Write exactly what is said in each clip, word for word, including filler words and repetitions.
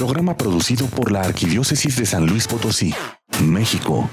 Programa producido por la Arquidiócesis de San Luis Potosí, México.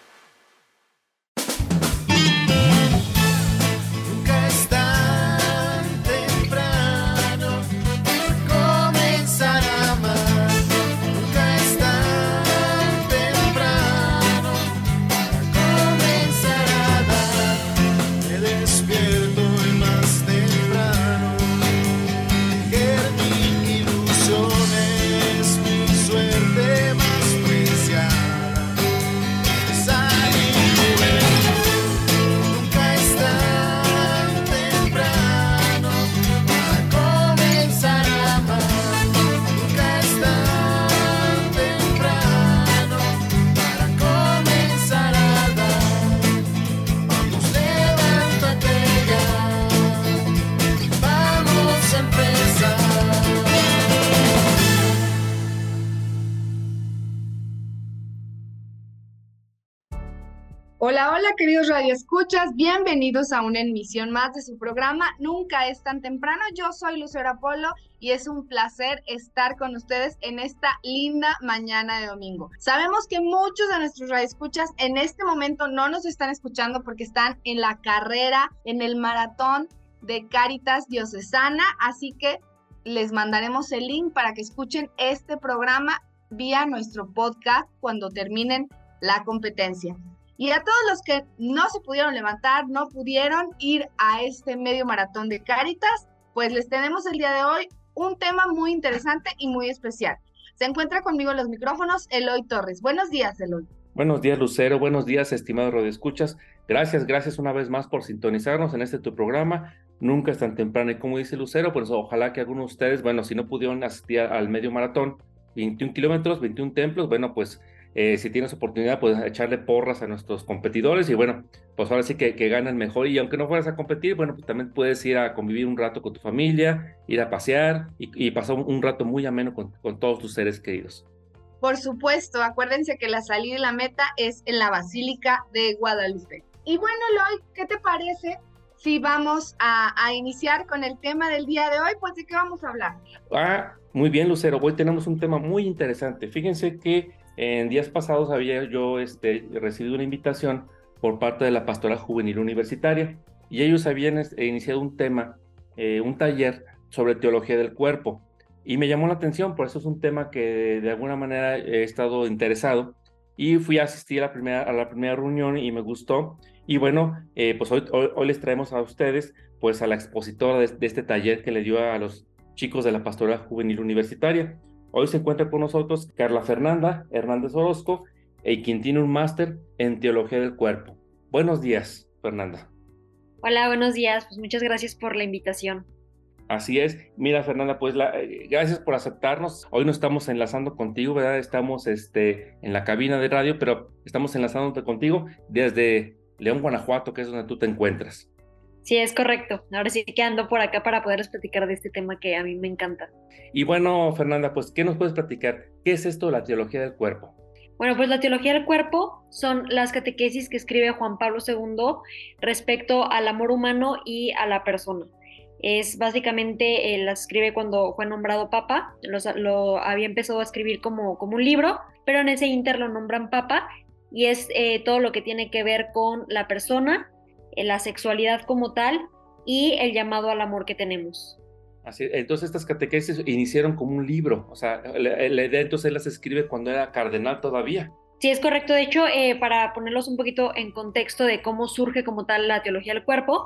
Hola, hola queridos radioescuchas, bienvenidos a una emisión más de su programa Nunca es tan temprano. Yo soy Lucero Apolo y es un placer estar con ustedes en esta linda mañana de domingo. Sabemos que muchos de nuestros radioescuchas en este momento no nos están escuchando porque están en la carrera, en el maratón de Cáritas Diocesana, así que les mandaremos el link para que escuchen este programa vía nuestro podcast cuando terminen la competencia. Y a todos los que no se pudieron levantar, no pudieron ir a este medio maratón de Cáritas, pues les tenemos el día de hoy un tema muy interesante y muy especial. Se encuentra conmigo en los micrófonos Eloy Torres. Buenos días, Eloy. Buenos días, Lucero. Buenos días, estimados radioescuchas. Gracias, gracias una vez más por sintonizarnos en este tu programa. Nunca es tan temprano. Y como dice Lucero, pues ojalá que algunos de ustedes, bueno, si no pudieron asistir al medio maratón, veintiún kilómetros, veintiún templos, bueno, pues Eh, si tienes oportunidad, pues echarle porras a nuestros competidores y bueno, pues ahora sí que, que ganan mejor. Y aunque no fueras a competir, bueno, pues también puedes ir a convivir un rato con tu familia, ir a pasear y, y pasar un, un rato muy ameno con, con todos tus seres queridos. Por supuesto, acuérdense que la salida y la meta es en la Basílica de Guadalupe. Y bueno, Eloy, ¿qué te parece si vamos a, a iniciar con el tema del día de hoy? Pues, ¿de qué vamos a hablar? Ah, muy bien, Lucero. Hoy tenemos un tema muy interesante. Fíjense que en días pasados había yo este, recibido una invitación por parte de la Pastoral Juvenil Universitaria y ellos habían este, iniciado un tema, eh, un taller sobre teología del cuerpo y me llamó la atención, por eso es un tema que de alguna manera he estado interesado y fui a asistir a la primera, a la primera reunión y me gustó y bueno, eh, pues hoy, hoy, hoy les traemos a ustedes pues a la expositora de, de este taller que le dio a los chicos de la Pastoral Juvenil Universitaria. Hoy se encuentra con nosotros Carla Fernanda Hernández Orozco, y quien tiene un máster en Teología del Cuerpo. Buenos días, Fernanda. Hola, buenos días. Pues muchas gracias por la invitación. Así es. Mira, Fernanda, pues la, eh, gracias por aceptarnos. Hoy nos estamos enlazando contigo, ¿verdad? Estamos este, en la cabina de radio, pero estamos enlazándote contigo desde León, Guanajuato, que es donde tú te encuentras. Sí, es correcto. Ahora sí que ando por acá para poderles platicar de este tema que a mí me encanta. Y bueno, Fernanda, pues, ¿qué nos puedes platicar? ¿Qué es esto de la teología del cuerpo? Bueno, pues la teología del cuerpo son las catequesis que escribe Juan Pablo segundo respecto al amor humano y a la persona. Es básicamente, eh, las escribe cuando fue nombrado papa, los, lo había empezado a escribir como, como un libro, pero en ese inter lo nombran papa y es eh, todo lo que tiene que ver con la persona, la sexualidad como tal y el llamado al amor que tenemos. Así, entonces estas catequesis iniciaron como un libro, o sea, la, la idea entonces él las escribe cuando era cardenal todavía. Sí, es correcto. De hecho, eh, para ponerlos un poquito en contexto de cómo surge como tal la teología del cuerpo,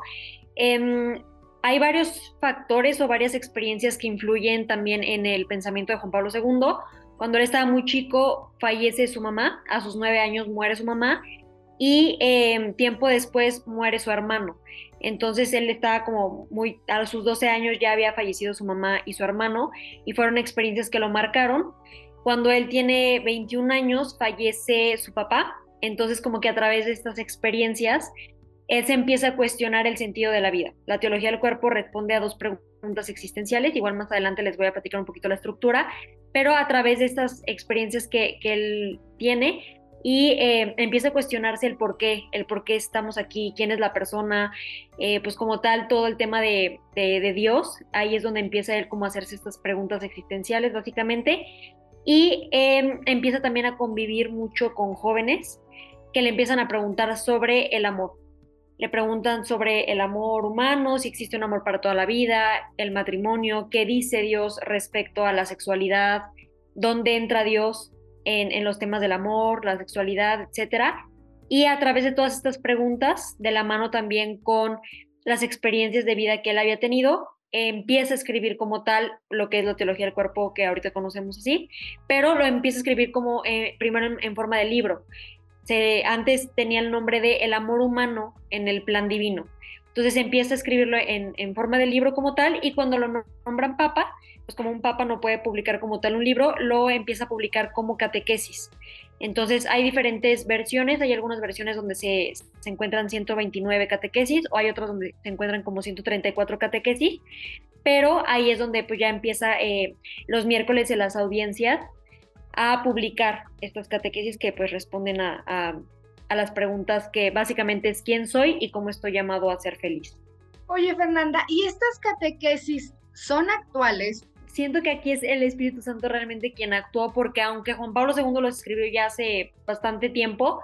eh, hay varios factores o varias experiencias que influyen también en el pensamiento de Juan Pablo segundo. Cuando él estaba muy chico, fallece su mamá, a sus nueve años muere su mamá, y eh, tiempo después muere su hermano. Entonces él estaba como muy, a sus doce años ya había fallecido su mamá y su hermano, y fueron experiencias que lo marcaron. Cuando él tiene veintiún años, fallece su papá, entonces como que a través de estas experiencias, él se empieza a cuestionar el sentido de la vida. La teología del cuerpo responde a dos preguntas existenciales, igual más adelante les voy a platicar un poquito la estructura, pero a través de estas experiencias que, que él tiene, y eh, empieza a cuestionarse el por qué, el por qué estamos aquí, quién es la persona, eh, pues como tal, todo el tema de, de, de Dios. Ahí es donde empieza él como a hacerse estas preguntas existenciales, básicamente. y eh, empieza también a convivir mucho con jóvenes que le empiezan a preguntar sobre el amor. Le preguntan sobre el amor humano, si existe un amor para toda la vida, el matrimonio, qué dice Dios respecto a la sexualidad, dónde entra Dios en, en los temas del amor, la sexualidad, etcétera. Y a través de todas estas preguntas, de la mano también con las experiencias de vida que él había tenido, eh, empieza a escribir como tal lo que es la teología del cuerpo, que ahorita conocemos así, pero lo empieza a escribir como eh, primero en, en forma de libro. Se, antes tenía el nombre de El amor humano en el plan divino. Entonces empieza a escribirlo en, en forma de libro como tal, y cuando lo nombran papa, pues como un papa no puede publicar como tal un libro, lo empieza a publicar como catequesis. Entonces hay diferentes versiones, hay algunas versiones donde se, se encuentran ciento veintinueve catequesis, o hay otras donde se encuentran como ciento treinta y cuatro catequesis, pero ahí es donde pues ya empieza eh, los miércoles en las audiencias a publicar estas catequesis que pues responden a, a, a las preguntas que básicamente es quién soy y cómo estoy llamado a ser feliz. Oye, Fernanda, ¿y estas catequesis son actuales? Siento que aquí es el Espíritu Santo realmente quien actuó, porque aunque Juan Pablo segundo los escribió ya hace bastante tiempo,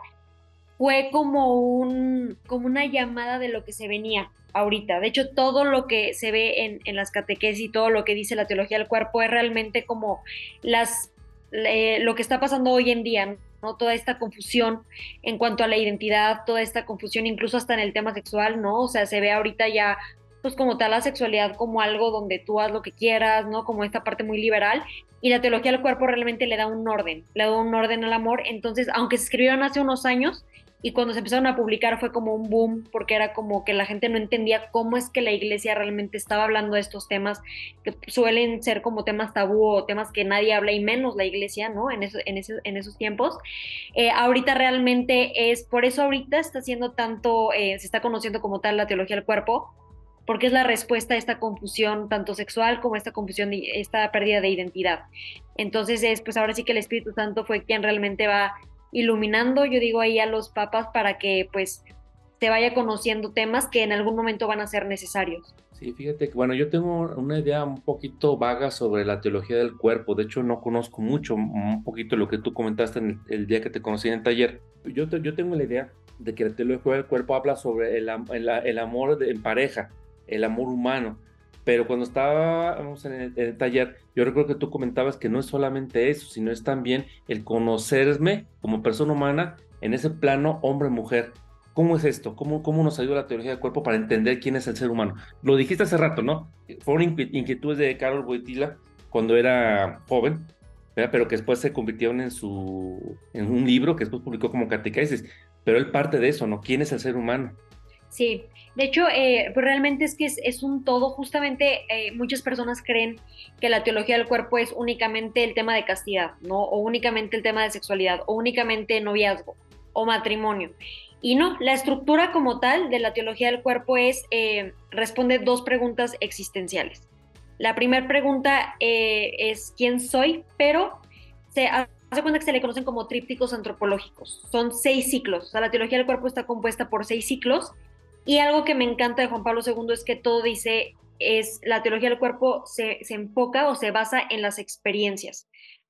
fue como, un, como una llamada de lo que se venía ahorita. De hecho, todo lo que se ve en, en las catequesis y todo lo que dice la teología del cuerpo es realmente como las, le, lo que está pasando hoy en día, ¿no? Toda esta confusión en cuanto a la identidad, toda esta confusión incluso hasta en el tema sexual, ¿no? O sea, se ve ahorita ya pues como tal la sexualidad como algo donde tú haz lo que quieras, ¿no? Como esta parte muy liberal, y la teología del cuerpo realmente le da un orden, le da un orden al amor. Entonces, aunque se escribieron hace unos años, y cuando se empezaron a publicar fue como un boom, porque era como que la gente no entendía cómo es que la iglesia realmente estaba hablando de estos temas, que suelen ser como temas tabú o temas que nadie habla, y menos la iglesia, ¿no? En, eso, en, ese, en esos tiempos. Eh, ahorita realmente es, por eso ahorita está haciendo tanto, eh, se está conociendo como tal la teología del cuerpo, porque es la respuesta a esta confusión tanto sexual como esta confusión, esta pérdida de identidad. Entonces es, pues ahora sí que el Espíritu Santo fue quien realmente va iluminando, yo digo ahí a los papas, para que pues se vaya conociendo temas que en algún momento van a ser necesarios. Sí, fíjate que, bueno, yo tengo una idea un poquito vaga sobre la teología del cuerpo. De hecho, no conozco mucho, un poquito lo que tú comentaste en el, el día que te conocí en el taller. Yo, te, yo tengo la idea de que la teología del cuerpo habla sobre el, el, el amor de, en pareja, el amor humano. Pero cuando estábamos en el, en el taller, yo recuerdo que tú comentabas que no es solamente eso, sino es también el conocerme como persona humana en ese plano hombre-mujer. ¿Cómo es esto? ¿Cómo, ¿Cómo nos ayuda la teología del cuerpo para entender quién es el ser humano? Lo dijiste hace rato, ¿no? Fueron inquietudes de Karol Wojtyla cuando era joven, ¿verdad? Pero que después se convirtieron en, su, en un libro que después publicó como catequesis. Pero él parte de eso, ¿no? ¿Quién es el ser humano? Sí, de hecho, eh, pues realmente es que es, es un todo. Justamente eh, muchas personas creen que la teología del cuerpo es únicamente el tema de castidad, ¿no? O únicamente el tema de sexualidad, o únicamente noviazgo, o matrimonio. Y no, la estructura como tal de la teología del cuerpo es, eh, responde dos preguntas existenciales. La primera pregunta eh, es ¿quién soy? Pero se hace cuenta que se le conocen como trípticos antropológicos. Son seis ciclos. O sea, la teología del cuerpo está compuesta por seis ciclos. Y algo que me encanta de Juan Pablo segundo es que todo dice, es la teología del cuerpo se, se enfoca o se basa en las experiencias.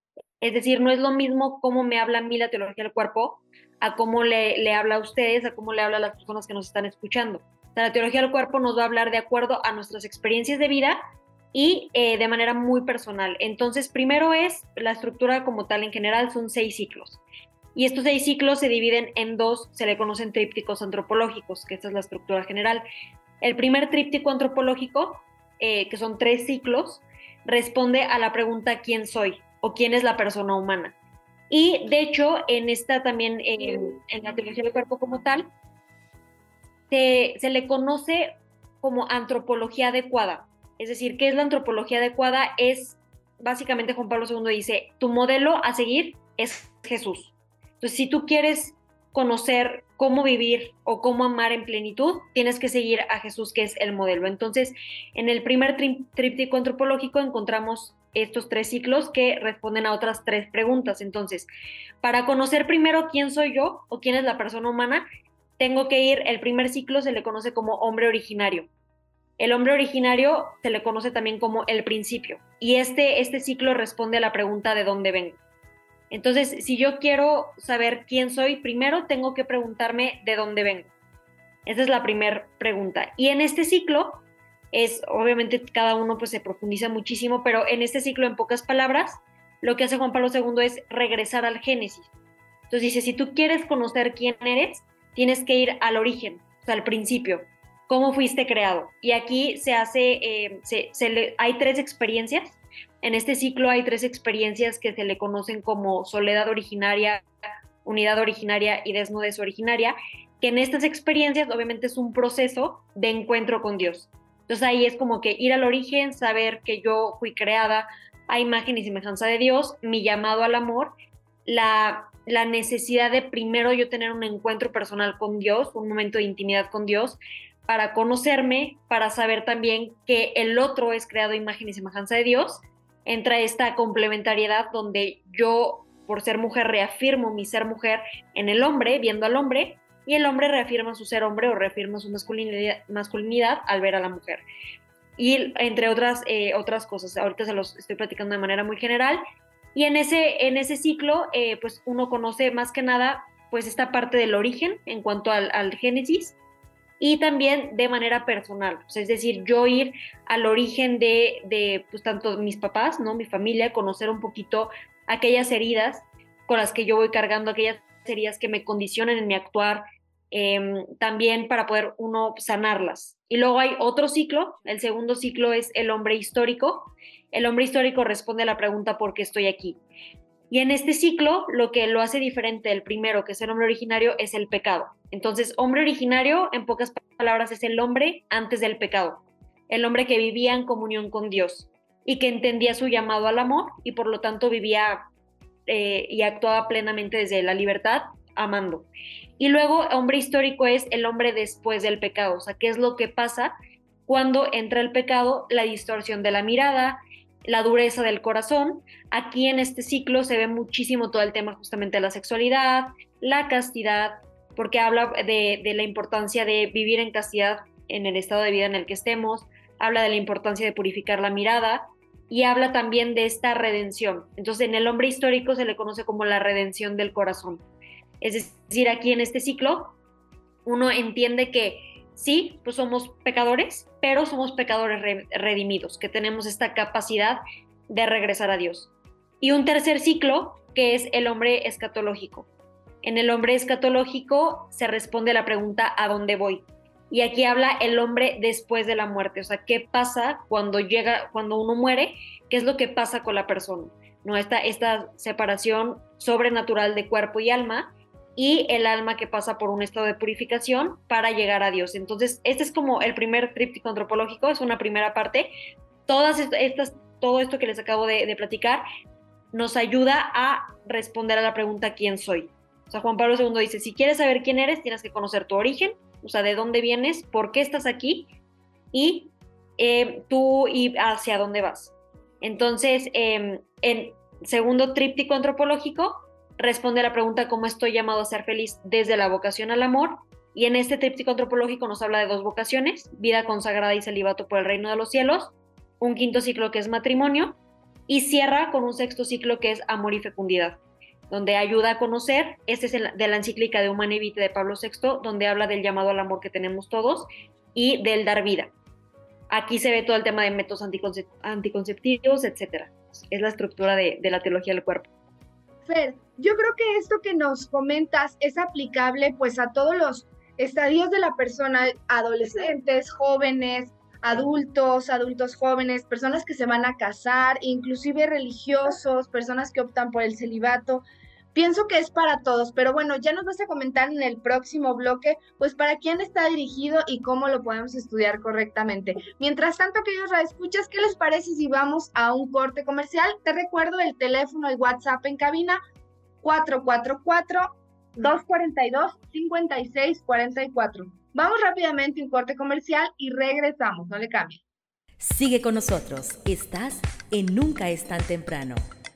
Es decir, no es lo mismo cómo me habla a mí la teología del cuerpo a cómo le, le habla a ustedes, a cómo le habla a las personas que nos están escuchando. O sea, la teología del cuerpo nos va a hablar de acuerdo a nuestras experiencias de vida y eh, de manera muy personal. Entonces, primero es la estructura como tal en general, son seis ciclos. Y estos seis ciclos se dividen en dos, se le conocen trípticos antropológicos, que esta es la estructura general. El primer tríptico antropológico, eh, que son tres ciclos, responde a la pregunta ¿quién soy? O ¿quién es la persona humana? Y de hecho, en esta también, eh, en la teología del cuerpo como tal, se, se le conoce como antropología adecuada. Es decir, ¿qué es la antropología adecuada? Es, básicamente Juan Pablo segundo dice, tu modelo a seguir es Jesús. Entonces, si tú quieres conocer cómo vivir o cómo amar en plenitud, tienes que seguir a Jesús, que es el modelo. Entonces, en el primer tri- tríptico antropológico encontramos estos tres ciclos que responden a otras tres preguntas. Entonces, para conocer primero quién soy yo o quién es la persona humana, tengo que ir, el primer ciclo se le conoce como hombre originario. El hombre originario se le conoce también como el principio, y este, este ciclo responde a la pregunta de dónde vengo. Entonces, si yo quiero saber quién soy, primero tengo que preguntarme de dónde vengo. Esa es la primera pregunta. Y en este ciclo, es obviamente cada uno pues se profundiza muchísimo, pero en este ciclo, en pocas palabras, lo que hace Juan Pablo segundo es regresar al Génesis. Entonces dice, si tú quieres conocer quién eres, tienes que ir al origen, o sea, al principio, cómo fuiste creado. Y aquí se hace, eh, se, se le, hay tres experiencias. En este ciclo hay tres experiencias que se le conocen como soledad originaria, unidad originaria y desnudez originaria, que en estas experiencias obviamente es un proceso de encuentro con Dios. Entonces ahí es como que ir al origen, saber que yo fui creada a imagen y semejanza de Dios, mi llamado al amor, la, la necesidad de primero yo tener un encuentro personal con Dios, un momento de intimidad con Dios, para conocerme, para saber también que el otro es creado a imagen y semejanza de Dios. Entra esta complementariedad donde yo, por ser mujer, reafirmo mi ser mujer en el hombre, viendo al hombre, y el hombre reafirma su ser hombre o reafirma su masculinidad, masculinidad al ver a la mujer. Y entre otras, eh, otras cosas, ahorita se los estoy platicando de manera muy general, y en ese, en ese ciclo, eh, pues uno conoce más que nada pues esta parte del origen en cuanto al, al Génesis, y también de manera personal, pues es decir, yo ir al origen de, de pues, tanto mis papás, ¿no? Mi familia, conocer un poquito aquellas heridas con las que yo voy cargando, aquellas heridas que me condicionan en mi actuar, eh, también para poder uno sanarlas. Y luego hay otro ciclo, el segundo ciclo es el hombre histórico. El hombre histórico responde a la pregunta ¿por qué estoy aquí? Y en este ciclo, lo que lo hace diferente del primero, que es el hombre originario, es el pecado. Entonces, hombre originario, en pocas palabras, es el hombre antes del pecado. El hombre que vivía en comunión con Dios y que entendía su llamado al amor y por lo tanto vivía eh, y actuaba plenamente desde la libertad, amando. Y luego, hombre histórico es el hombre después del pecado. O sea, ¿qué es lo que pasa cuando entra el pecado? La distorsión de la mirada, la dureza del corazón. Aquí en este ciclo se ve muchísimo todo el tema justamente de la sexualidad, la castidad, porque habla de, de la importancia de vivir en castidad en el estado de vida en el que estemos, habla de la importancia de purificar la mirada y habla también de esta redención. Entonces en el hombre histórico se le conoce como la redención del corazón. Es decir, aquí en este ciclo uno entiende que sí, pues somos pecadores, pero somos pecadores re- redimidos, que tenemos esta capacidad de regresar a Dios. Y un tercer ciclo, que es el hombre escatológico. En el hombre escatológico se responde a la pregunta ¿a dónde voy? Y aquí habla el hombre después de la muerte, o sea, ¿qué pasa cuando llega, cuando uno muere? ¿Qué es lo que pasa con la persona? ¿No? Esta, esta separación sobrenatural de cuerpo y alma, y el alma que pasa por un estado de purificación para llegar a Dios. Entonces, este es como el primer tríptico antropológico, es una primera parte. Todas estas, todo esto que les acabo de, de platicar nos ayuda a responder a la pregunta ¿quién soy? O sea, Juan Pablo segundo dice, si quieres saber quién eres, tienes que conocer tu origen, o sea, de dónde vienes, por qué estás aquí, y eh, tú y hacia dónde vas. Entonces, eh, en segundo tríptico antropológico, responde a la pregunta ¿cómo estoy llamado a ser feliz? Desde la vocación al amor. Y en este tríptico antropológico nos habla de dos vocaciones, vida consagrada y celibato por el reino de los cielos, un quinto ciclo que es matrimonio, y cierra con un sexto ciclo que es amor y fecundidad, donde ayuda a conocer, este es el, de la encíclica de Humanae Vitae de Pablo sexto, donde habla del llamado al amor que tenemos todos y del dar vida. Aquí se ve todo el tema de métodos anticoncep- anticonceptivos, etcétera. Es la estructura de, de la teología del cuerpo. Fer, yo creo que esto que nos comentas es aplicable pues a todos los estadios de la persona, adolescentes, jóvenes, adultos, adultos jóvenes, personas que se van a casar, inclusive religiosos, personas que optan por el celibato. Pienso que es para todos, pero bueno, ya nos vas a comentar en el próximo bloque, pues para quién está dirigido y cómo lo podemos estudiar correctamente. Mientras tanto, queridos radioescuchas, ¿qué les parece si vamos a un corte comercial? Te recuerdo el teléfono, el WhatsApp en cabina, cuatro cuatro cuatro, dos cuatro dos, cinco seis cuatro cuatro. Vamos rápidamente a un corte comercial y regresamos, no le cambien. Sigue con nosotros, estás en Nunca es tan temprano.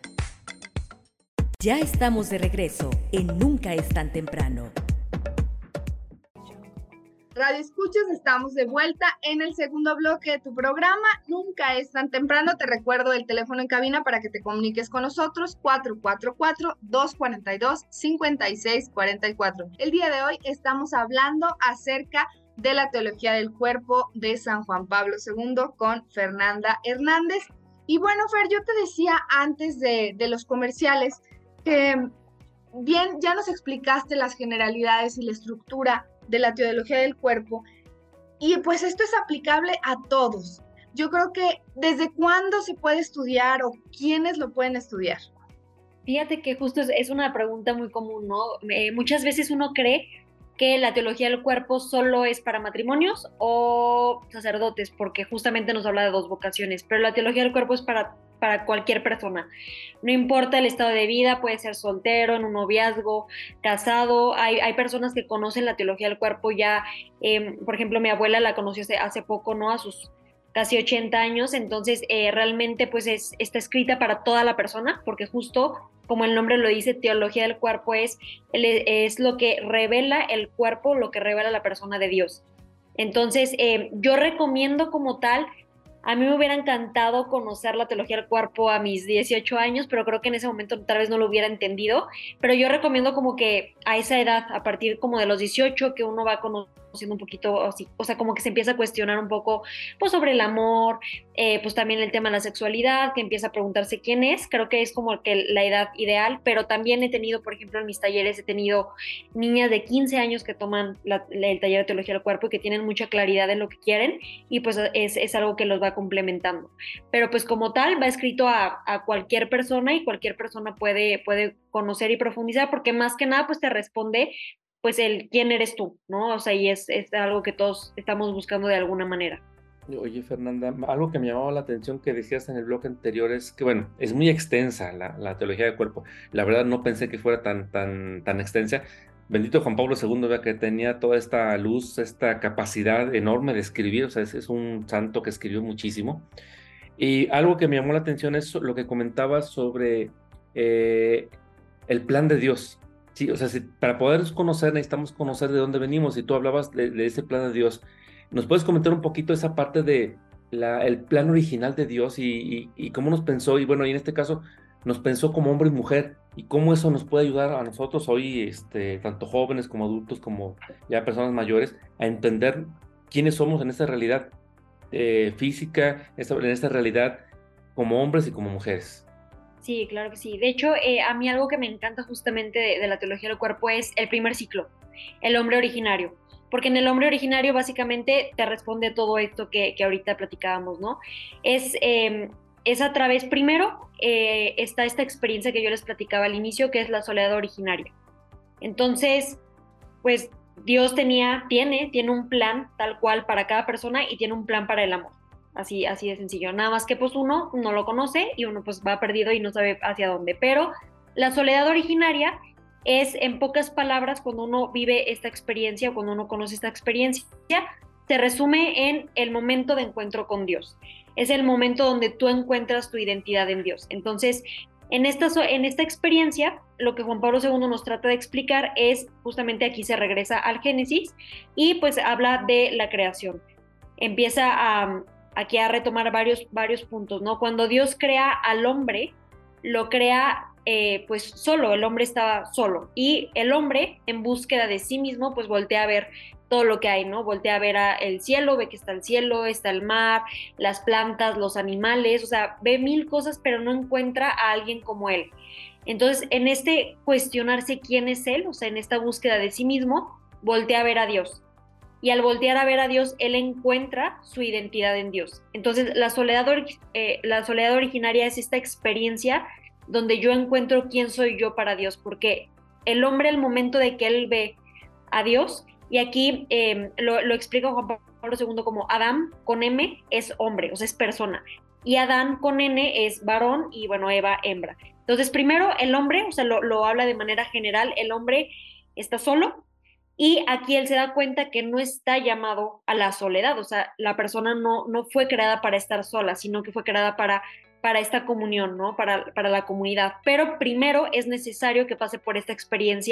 Ya estamos de regreso en Nunca es tan temprano. Radio Escuchas, estamos de vuelta en el segundo bloque de tu programa. Nunca es tan temprano. Te recuerdo el teléfono en cabina para que te comuniques con nosotros, cuatro cuatro cuatro, dos cuatro dos, cinco seis cuatro cuatro. El día de hoy estamos hablando acerca de la teología del cuerpo de San Juan Pablo segundo con Fernanda Hernández. Y bueno, Fer, yo te decía antes de, de los comerciales que bien, ya nos explicaste las generalidades y la estructura de la teología del cuerpo, y pues esto es aplicable a todos. Yo creo que ¿desde cuándo se puede estudiar o quiénes lo pueden estudiar? Fíjate que justo es, es una pregunta muy común, ¿no? Eh, muchas veces uno cree que la teología del cuerpo solo es para matrimonios o sacerdotes, porque justamente nos habla de dos vocaciones, pero la teología del cuerpo es para, para cualquier persona. No importa el estado de vida, puede ser soltero, en un noviazgo, casado. Hay, hay personas que conocen la teología del cuerpo ya, eh, por ejemplo, mi abuela la conoció hace, hace poco, ¿no? A sus casi ochenta años, entonces eh, realmente pues es, está escrita para toda la persona, porque justo como el nombre lo dice, teología del cuerpo es, es lo que revela el cuerpo, lo que revela la persona de Dios. Entonces eh, yo recomiendo como tal, a mí me hubiera encantado conocer la teología del cuerpo a mis dieciocho años, pero creo que en ese momento tal vez no lo hubiera entendido, pero yo recomiendo como que a esa edad, a partir como de los dieciocho, que uno va conociendo un poquito, así, o sea, como que se empieza a cuestionar un poco pues sobre el amor, eh, pues también el tema de la sexualidad, que empieza a preguntarse quién es, creo que es como que la edad ideal, pero también he tenido, por ejemplo, en mis talleres he tenido niñas de quince años que toman la, el taller de teología del cuerpo y que tienen mucha claridad en lo que quieren y pues es, es algo que los va complementando, pero pues como tal va escrito a, a cualquier persona y cualquier persona puede, puede conocer y profundizar, porque más que nada pues te responde pues el quién eres tú, ¿no? O sea, y es, es algo que todos estamos buscando de alguna manera. Oye, Fernanda, algo que me llamaba la atención que decías en el blog anterior es que, bueno, es muy extensa la, la teología del cuerpo. La verdad no pensé que fuera tan, tan, tan extensa. Bendito Juan Pablo segundo, vea que tenía toda esta luz, esta capacidad enorme de escribir, o sea, es, es un santo que escribió muchísimo. Y algo que me llamó la atención es lo que comentabas sobre eh, el plan de Dios. Sí, o sea, si, para poder conocer necesitamos conocer de dónde venimos, y tú hablabas de, de ese plan de Dios. ¿Nos puedes comentar un poquito esa parte de la, el plan original de Dios y, y, y cómo nos pensó? Y bueno, y en este caso nos pensó como hombre y mujer, y cómo eso nos puede ayudar a nosotros hoy, este, tanto jóvenes como adultos, como ya personas mayores, a entender quiénes somos en esta realidad eh, física, esta, en esta realidad como hombres y como mujeres. Sí, claro que sí. De hecho, eh, a mí algo que me encanta justamente de, de la teología del cuerpo es el primer ciclo, el hombre originario. Porque en el hombre originario básicamente te responde todo esto que, que ahorita platicábamos, ¿no? Es, eh, es a través, primero, eh, está esta experiencia que yo les platicaba al inicio, que es la soledad originaria. Entonces, pues Dios tenía, tiene, tiene un plan tal cual para cada persona y tiene un plan para el amor. Así, así de sencillo, nada más que pues uno no lo conoce y uno pues va perdido y no sabe hacia dónde, pero la soledad originaria es, en pocas palabras, cuando uno vive esta experiencia o cuando uno conoce esta experiencia, se resume en el momento de encuentro con Dios. Es el momento donde tú encuentras tu identidad en Dios. Entonces, en esta, en esta experiencia, lo que Juan Pablo segundo nos trata de explicar es, justamente aquí se regresa al Génesis y pues habla de la creación. Empieza a... aquí a retomar varios, varios puntos, ¿no? Cuando Dios crea al hombre, lo crea eh, pues solo, el hombre estaba solo, y el hombre en búsqueda de sí mismo pues voltea a ver todo lo que hay, ¿no? Voltea a ver a el cielo, ve que está el cielo, está el mar, las plantas, los animales, o sea, ve mil cosas, pero no encuentra a alguien como él. Entonces, en este cuestionarse quién es él, o sea, en esta búsqueda de sí mismo, voltea a ver a Dios. Y al voltear a ver a Dios, él encuentra su identidad en Dios. Entonces, la soledad, eh, la soledad originaria es esta experiencia donde yo encuentro quién soy yo para Dios, porque el hombre, al momento de que él ve a Dios, y aquí eh, lo, lo explica Juan Pablo segundo como Adán con M es hombre, o sea, es persona, y Adán con N es varón, y bueno, Eva, hembra. Entonces, primero, el hombre, o sea, lo, lo habla de manera general, el hombre está solo, y aquí él se da cuenta que no está llamado a la soledad, o sea, la persona no, no fue creada para estar sola, sino que fue creada para, para esta comunión, ¿no? Para, para la comunidad. Pero primero es necesario que pase por esta experiencia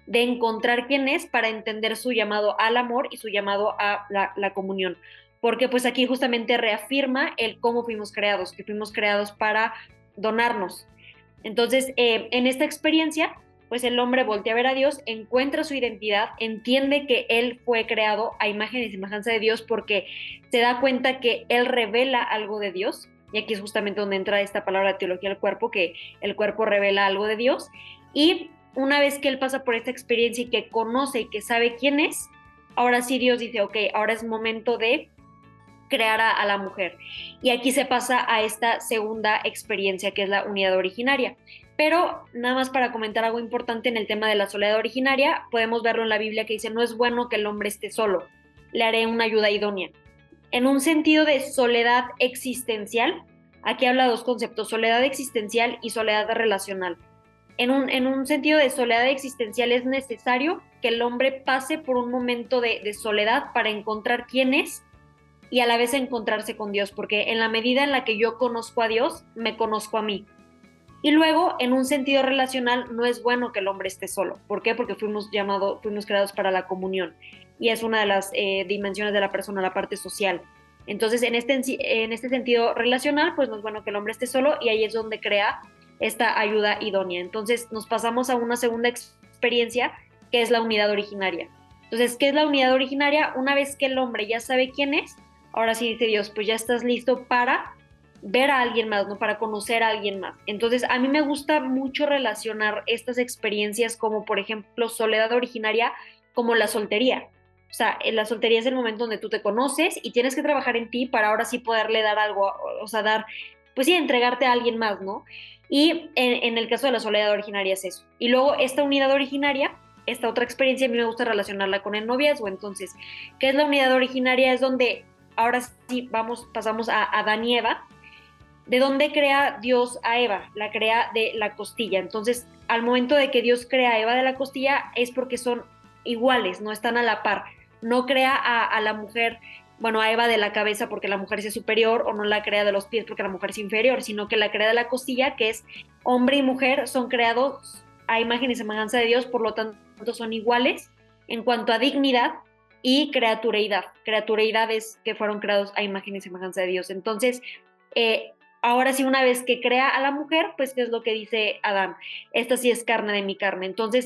de encontrar quién es para entender su llamado al amor y su llamado a la, la comunión. Porque pues aquí justamente reafirma el cómo fuimos creados, que fuimos creados para donarnos. Entonces, eh, en esta experiencia, pues el hombre voltea a ver a Dios, encuentra su identidad, entiende que él fue creado a imagen y semejanza de Dios porque se da cuenta que él revela algo de Dios, y aquí es justamente donde entra esta palabra teología del cuerpo, que el cuerpo revela algo de Dios, y una vez que él pasa por esta experiencia y que conoce y que sabe quién es, ahora sí Dios dice, ok, ahora es momento de crear a, a la mujer. Y aquí se pasa a esta segunda experiencia, que es la unidad originaria. Pero nada más para comentar algo importante en el tema de la soledad originaria, podemos verlo en la Biblia que dice, no es bueno que el hombre esté solo, le haré una ayuda idónea. En un sentido de soledad existencial, aquí habla de dos conceptos, soledad existencial y soledad relacional. En un, en un sentido de soledad existencial es necesario que el hombre pase por un momento de, de soledad para encontrar quién es y a la vez encontrarse con Dios, porque en la medida en la que yo conozco a Dios, me conozco a mí. Y luego, en un sentido relacional, no es bueno que el hombre esté solo. ¿Por qué? Porque fuimos llamados, fuimos creados para la comunión. Y es una de las eh, dimensiones de la persona, la parte social. Entonces, en este, en este sentido relacional, pues no es bueno que el hombre esté solo, y ahí es donde crea esta ayuda idónea. Entonces, nos pasamos a una segunda experiencia, que es la unidad originaria. Entonces, ¿qué es la unidad originaria? Una vez que el hombre ya sabe quién es, ahora sí dice Dios, pues ya estás listo para ver a alguien más, ¿no? Para conocer a alguien más. Entonces, a mí me gusta mucho relacionar estas experiencias como, por ejemplo, soledad originaria, como la soltería. O sea, la soltería es el momento donde tú te conoces y tienes que trabajar en ti para ahora sí poderle dar algo, o sea, dar, pues sí, entregarte a alguien más, ¿no? Y en, en el caso de la soledad originaria es eso. Y luego, esta unidad originaria, esta otra experiencia, a mí me gusta relacionarla con el noviazgo. Entonces, ¿qué es la unidad originaria? Es donde ahora sí vamos, pasamos a Adán y Eva. ¿De dónde crea Dios a Eva? La crea de la costilla. Entonces, al momento de que Dios crea a Eva de la costilla, es porque son iguales, no están a la par. No crea a, a la mujer, bueno, a Eva de la cabeza porque la mujer es superior, o no la crea de los pies porque la mujer es inferior, sino que la crea de la costilla, que es hombre y mujer, son creados a imagen y semejanza de Dios, por lo tanto son iguales en cuanto a dignidad y criatureidad. Criatureidad es que fueron creados a imagen y semejanza de Dios. Entonces, eh, ahora sí, una vez que crea a la mujer, pues ¿qué es lo que dice Adán? Esta sí es carne de mi carne. Entonces,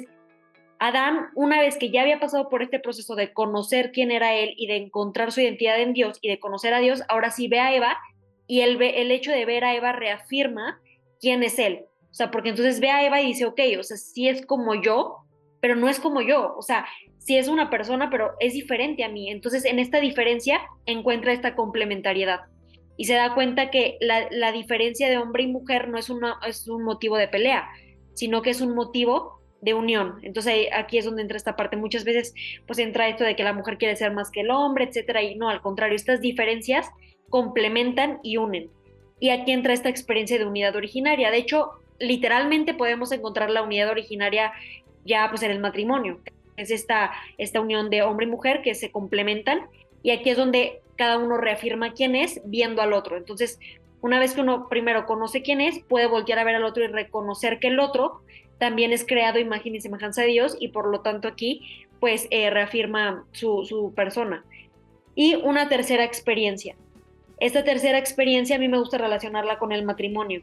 Adán, una vez que ya había pasado por este proceso de conocer quién era él y de encontrar su identidad en Dios y de conocer a Dios, ahora sí ve a Eva, y el, el hecho de ver a Eva reafirma quién es él. O sea, porque entonces ve a Eva y dice, ok, o sea, sí es como yo, pero no es como yo. O sea, sí es una persona, pero es diferente a mí. Entonces, en esta diferencia encuentra esta complementariedad. Y se da cuenta que la, la diferencia de hombre y mujer no es, una, es un motivo de pelea, sino que es un motivo de unión. Entonces aquí es donde entra esta parte. Muchas veces pues entra esto de que la mujer quiere ser más que el hombre, etcétera, y no, al contrario, estas diferencias complementan y unen. Y aquí entra esta experiencia de unidad originaria. De hecho, literalmente podemos encontrar la unidad originaria ya pues en el matrimonio. Es esta, esta unión de hombre y mujer que se complementan, y aquí es donde cada uno reafirma quién es viendo al otro. Entonces, una vez que uno primero conoce quién es, puede voltear a ver al otro y reconocer que el otro también es creado a imagen y semejanza de Dios, y por lo tanto aquí pues eh, reafirma su, su persona. Y una tercera experiencia. Esta tercera experiencia a mí me gusta relacionarla con el matrimonio.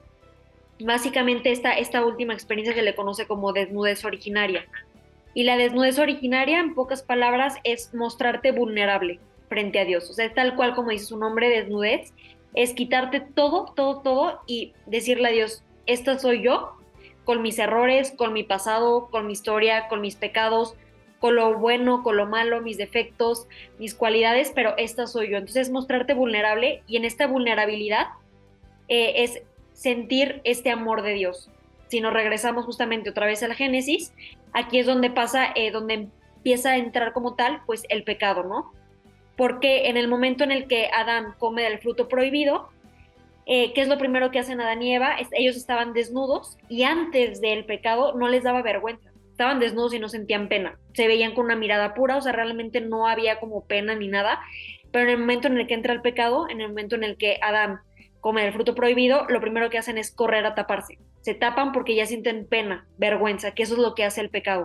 Básicamente esta, esta última experiencia se le conoce como desnudez originaria. Y la desnudez originaria, en pocas palabras, es mostrarte vulnerable frente a Dios. O sea, es tal cual como dice su nombre, desnudez, es quitarte todo, todo, todo y decirle a Dios, esta soy yo, con mis errores, con mi pasado, con mi historia, con mis pecados, con lo bueno, con lo malo, mis defectos, mis cualidades, pero esta soy yo. Entonces, mostrarte vulnerable, y en esta vulnerabilidad eh, es sentir este amor de Dios. Si nos regresamos justamente otra vez a la Génesis, aquí es donde pasa, eh, donde empieza a entrar como tal, pues el pecado, ¿no? Porque en el momento en el que Adán come del fruto prohibido, eh, ¿qué es lo primero que hacen Adán y Eva? Es, ellos estaban desnudos, y antes del pecado no les daba vergüenza. Estaban desnudos y no sentían pena. Se veían con una mirada pura, o sea, realmente no había como pena ni nada. Pero en el momento en el que entra el pecado, en el momento en el que Adán come el fruto prohibido, lo primero que hacen es correr a taparse. Se tapan porque ya sienten pena, vergüenza, que eso es lo que hace el pecado.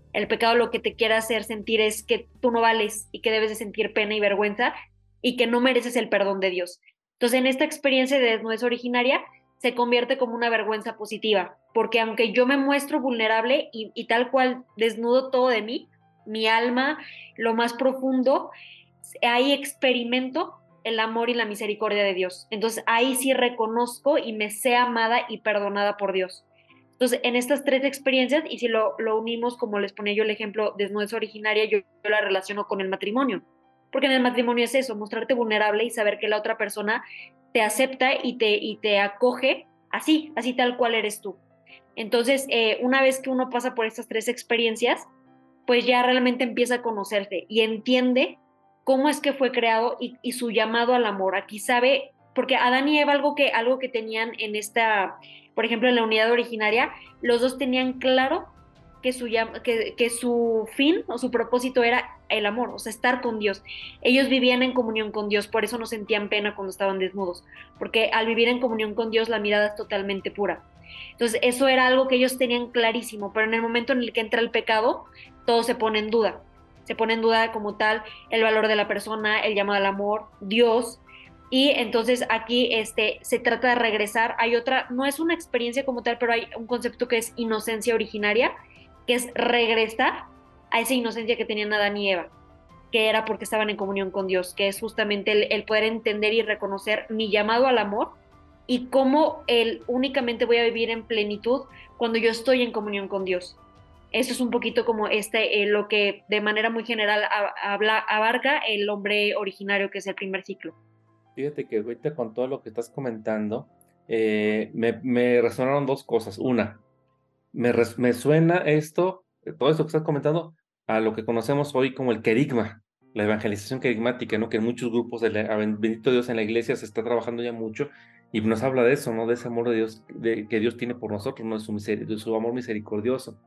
El pecado lo que te quiere hacer sentir es que tú no vales y que debes de sentir pena y vergüenza y que no mereces el perdón de Dios. Entonces, en esta experiencia de desnudez originaria, se convierte como una vergüenza positiva, porque aunque yo me muestro vulnerable y, y tal cual desnudo todo de mí, mi alma, lo más profundo, ahí experimento el amor y la misericordia de Dios. Entonces, ahí sí reconozco y me sé amada y perdonada por Dios. Entonces, en estas tres experiencias, y si lo, lo unimos, como les ponía yo el ejemplo, desnudez originaria, yo, yo la relaciono con el matrimonio. Porque en el matrimonio es eso, mostrarte vulnerable y saber que la otra persona te acepta y te, y te acoge así, así tal cual eres tú. Entonces, eh, una vez que uno pasa por estas tres experiencias, pues ya realmente empieza a conocerte y entiende cómo es que fue creado y, y su llamado al amor. Aquí sabe, porque Adán y Eva algo que, algo que tenían en esta, por ejemplo, en la unidad originaria, los dos tenían claro que su, que, que su fin o su propósito era el amor, o sea, estar con Dios. Ellos vivían en comunión con Dios, por eso no sentían pena cuando estaban desnudos, porque al vivir en comunión con Dios la mirada es totalmente pura. Entonces, eso era algo que ellos tenían clarísimo, pero en el momento en el que entra el pecado, todo se pone en duda. Se pone en duda como tal el valor de la persona, el llamado al amor, Dios. Y entonces aquí este, se trata de regresar. Hay otra, no es una experiencia como tal, pero hay un concepto que es inocencia originaria, que es regresar a esa inocencia que tenían Adán y Eva, que era porque estaban en comunión con Dios, que es justamente el, el poder entender y reconocer mi llamado al amor y cómo el únicamente voy a vivir en plenitud cuando yo estoy en comunión con Dios. Eso es un poquito como este, eh, lo que de manera muy general a, habla, abarca el hombre originario, que es el primer ciclo. Fíjate que ahorita con todo lo que estás comentando, eh, me, me resonaron dos cosas. Una, me, res, me suena esto, todo esto que estás comentando, a lo que conocemos hoy como el querigma, la evangelización querigmática, ¿no? Que en muchos grupos, de la, bendito Dios, en la iglesia se está trabajando ya mucho y nos habla de eso, ¿no? De ese amor de Dios, de, que Dios tiene por nosotros, ¿no? De su, de su amor misericordioso.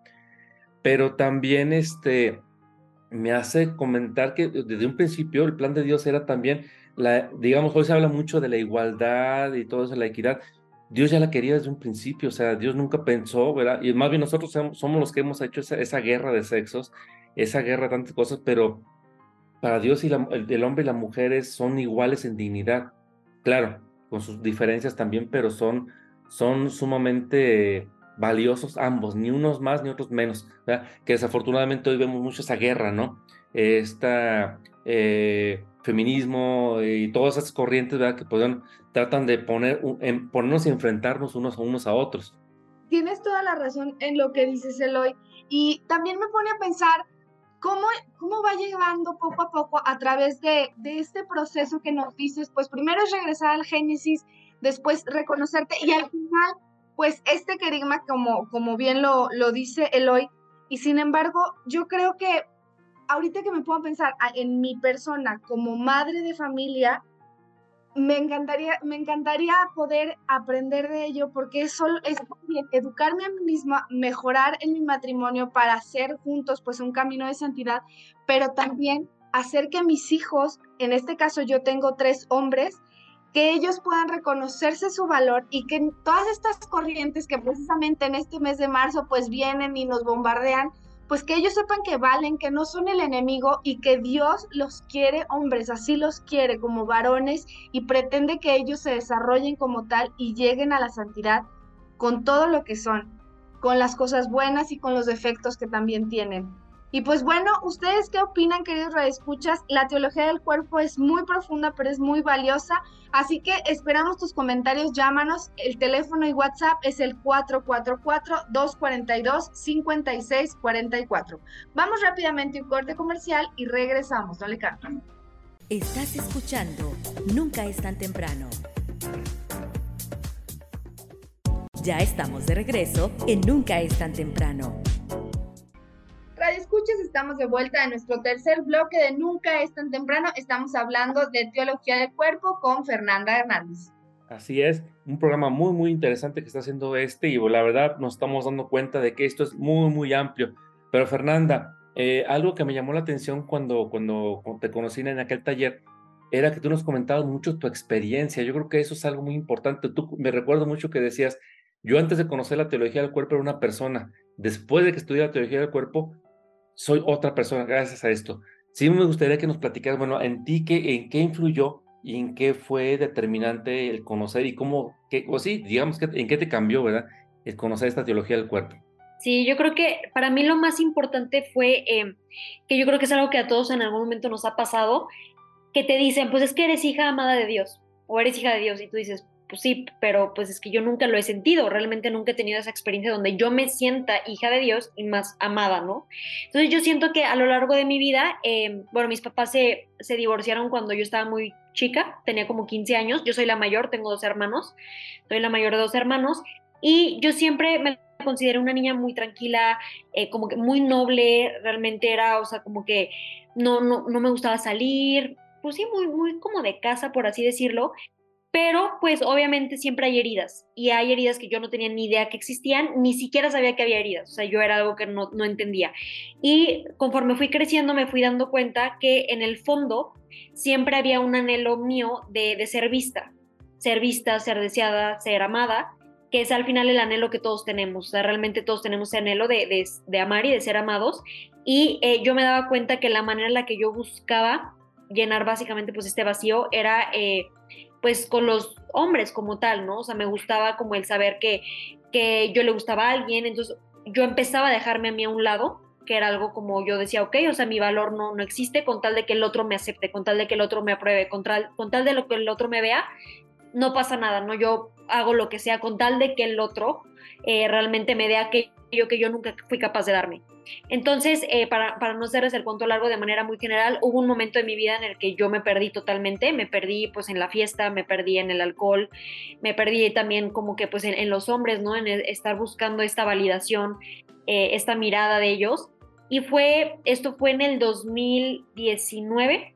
Pero también este, me hace comentar que desde un principio el plan de Dios era también, la, digamos, hoy se habla mucho de la igualdad y todo eso, la equidad. Dios ya la quería desde un principio, o sea, Dios nunca pensó, ¿verdad? Y más bien nosotros somos los que hemos hecho esa, esa guerra de sexos, esa guerra de tantas cosas, pero para Dios y la, el, el hombre y la mujer son iguales en dignidad. Claro, con sus diferencias también, pero son, son sumamente valiosos ambos, ni unos más ni otros menos, ¿verdad? Que desafortunadamente hoy vemos mucho esa guerra, ¿no? Esta eh, feminismo y todas esas corrientes, ¿verdad? Que pueden, tratan de poner, en, ponernos y enfrentarnos unos a unos a otros. Tienes toda la razón en lo que dices, Eloy, y también me pone a pensar cómo, cómo va llevando poco a poco a través de, de este proceso que nos dices, pues primero es regresar al Génesis, después reconocerte y al final pues este querigma, como, como bien lo, lo dice Eloy, y sin embargo, yo creo que ahorita que me puedo pensar en mi persona como madre de familia, me encantaría, me encantaría poder aprender de ello, porque es, solo, es educarme a mí misma, mejorar en mi matrimonio para hacer juntos pues un camino de santidad, pero también hacer que mis hijos, en este caso yo tengo tres hombres, que ellos puedan reconocerse su valor y que todas estas corrientes que precisamente en este mes de marzo pues vienen y nos bombardean, pues que ellos sepan que valen, que no son el enemigo y que Dios los quiere hombres, así los quiere como varones y pretende que ellos se desarrollen como tal y lleguen a la santidad con todo lo que son, con las cosas buenas y con los defectos que también tienen. Y pues bueno, ¿ustedes qué opinan, queridos radioescuchas? La teología del cuerpo es muy profunda, pero es muy valiosa, así que esperamos tus comentarios, llámanos, el teléfono y WhatsApp es el cuatro cuatro cuatro, dos cuatro dos, cinco seis cuatro cuatro. Vamos rápidamente a un corte comercial y regresamos, no le cambien. Estás escuchando Nunca es tan temprano. Ya estamos de regreso en Nunca es tan temprano. Radio Escuchas, estamos de vuelta en nuestro tercer bloque de Nunca es tan temprano. Estamos hablando de teología del cuerpo con Fernanda Hernández. Así es, un programa muy, muy interesante que está haciendo este y la verdad nos estamos dando cuenta de que esto es muy, muy amplio. Pero Fernanda, eh, algo que me llamó la atención cuando, cuando te conocí en aquel taller era que tú nos comentabas mucho tu experiencia. Yo creo que eso es algo muy importante. Tú, me recuerdo mucho que decías, yo antes de conocer la teología del cuerpo era una persona. Después de que estudié la teología del cuerpo, soy otra persona gracias a esto. Sí me gustaría que nos platicaras, bueno, en ti, qué, en qué influyó y en qué fue determinante el conocer y cómo, que, o sí, digamos, que en qué te cambió, ¿verdad? El conocer esta teología del cuerpo. Sí, yo creo que para mí lo más importante fue eh, que yo creo que es algo que a todos en algún momento nos ha pasado, que te dicen, pues es que eres hija amada de Dios o eres hija de Dios y tú dices, pues sí, pero pues es que yo nunca lo he sentido, realmente nunca he tenido esa experiencia donde yo me sienta hija de Dios y más amada, ¿no? Entonces yo siento que a lo largo de mi vida, eh, bueno, mis papás se, se divorciaron cuando yo estaba muy chica, tenía como quince años, yo soy la mayor, tengo dos hermanos, soy la mayor de dos hermanos y yo siempre me consideré una niña muy tranquila, eh, como que muy noble, realmente era, o sea, como que no, no, no me gustaba salir, pues sí, muy, muy como de casa, por así decirlo, pero pues obviamente siempre hay heridas y hay heridas que yo no tenía ni idea que existían, ni siquiera sabía que había heridas, o sea, yo era algo que no, no entendía. Y conforme fui creciendo me fui dando cuenta que en el fondo siempre había un anhelo mío de, de ser vista, ser vista, ser deseada, ser amada, que es al final el anhelo que todos tenemos, o sea, realmente todos tenemos ese anhelo de, de, de amar y de ser amados, y eh, yo me daba cuenta que la manera en la que yo buscaba llenar básicamente pues este vacío era eh, pues con los hombres como tal, ¿no? O sea, me gustaba como el saber que, que yo le gustaba a alguien, entonces yo empezaba a dejarme a mí a un lado, que era algo como yo decía, ok, o sea, mi valor no, no existe con tal de que el otro me acepte, con tal de que el otro me apruebe, con tal, con tal de lo que el otro me vea, no pasa nada, ¿no? Yo hago lo que sea con tal de que el otro eh, realmente me dé aquello que yo nunca fui capaz de darme. Entonces, eh, para, para no hacerles el cuento largo de manera muy general, hubo un momento en mi vida en el que yo me perdí totalmente, me perdí pues en la fiesta, me perdí en el alcohol, me perdí también como que pues en, en los hombres, ¿no? En el estar buscando esta validación, eh, esta mirada de ellos. Y fue, esto fue en el dos mil diecinueve,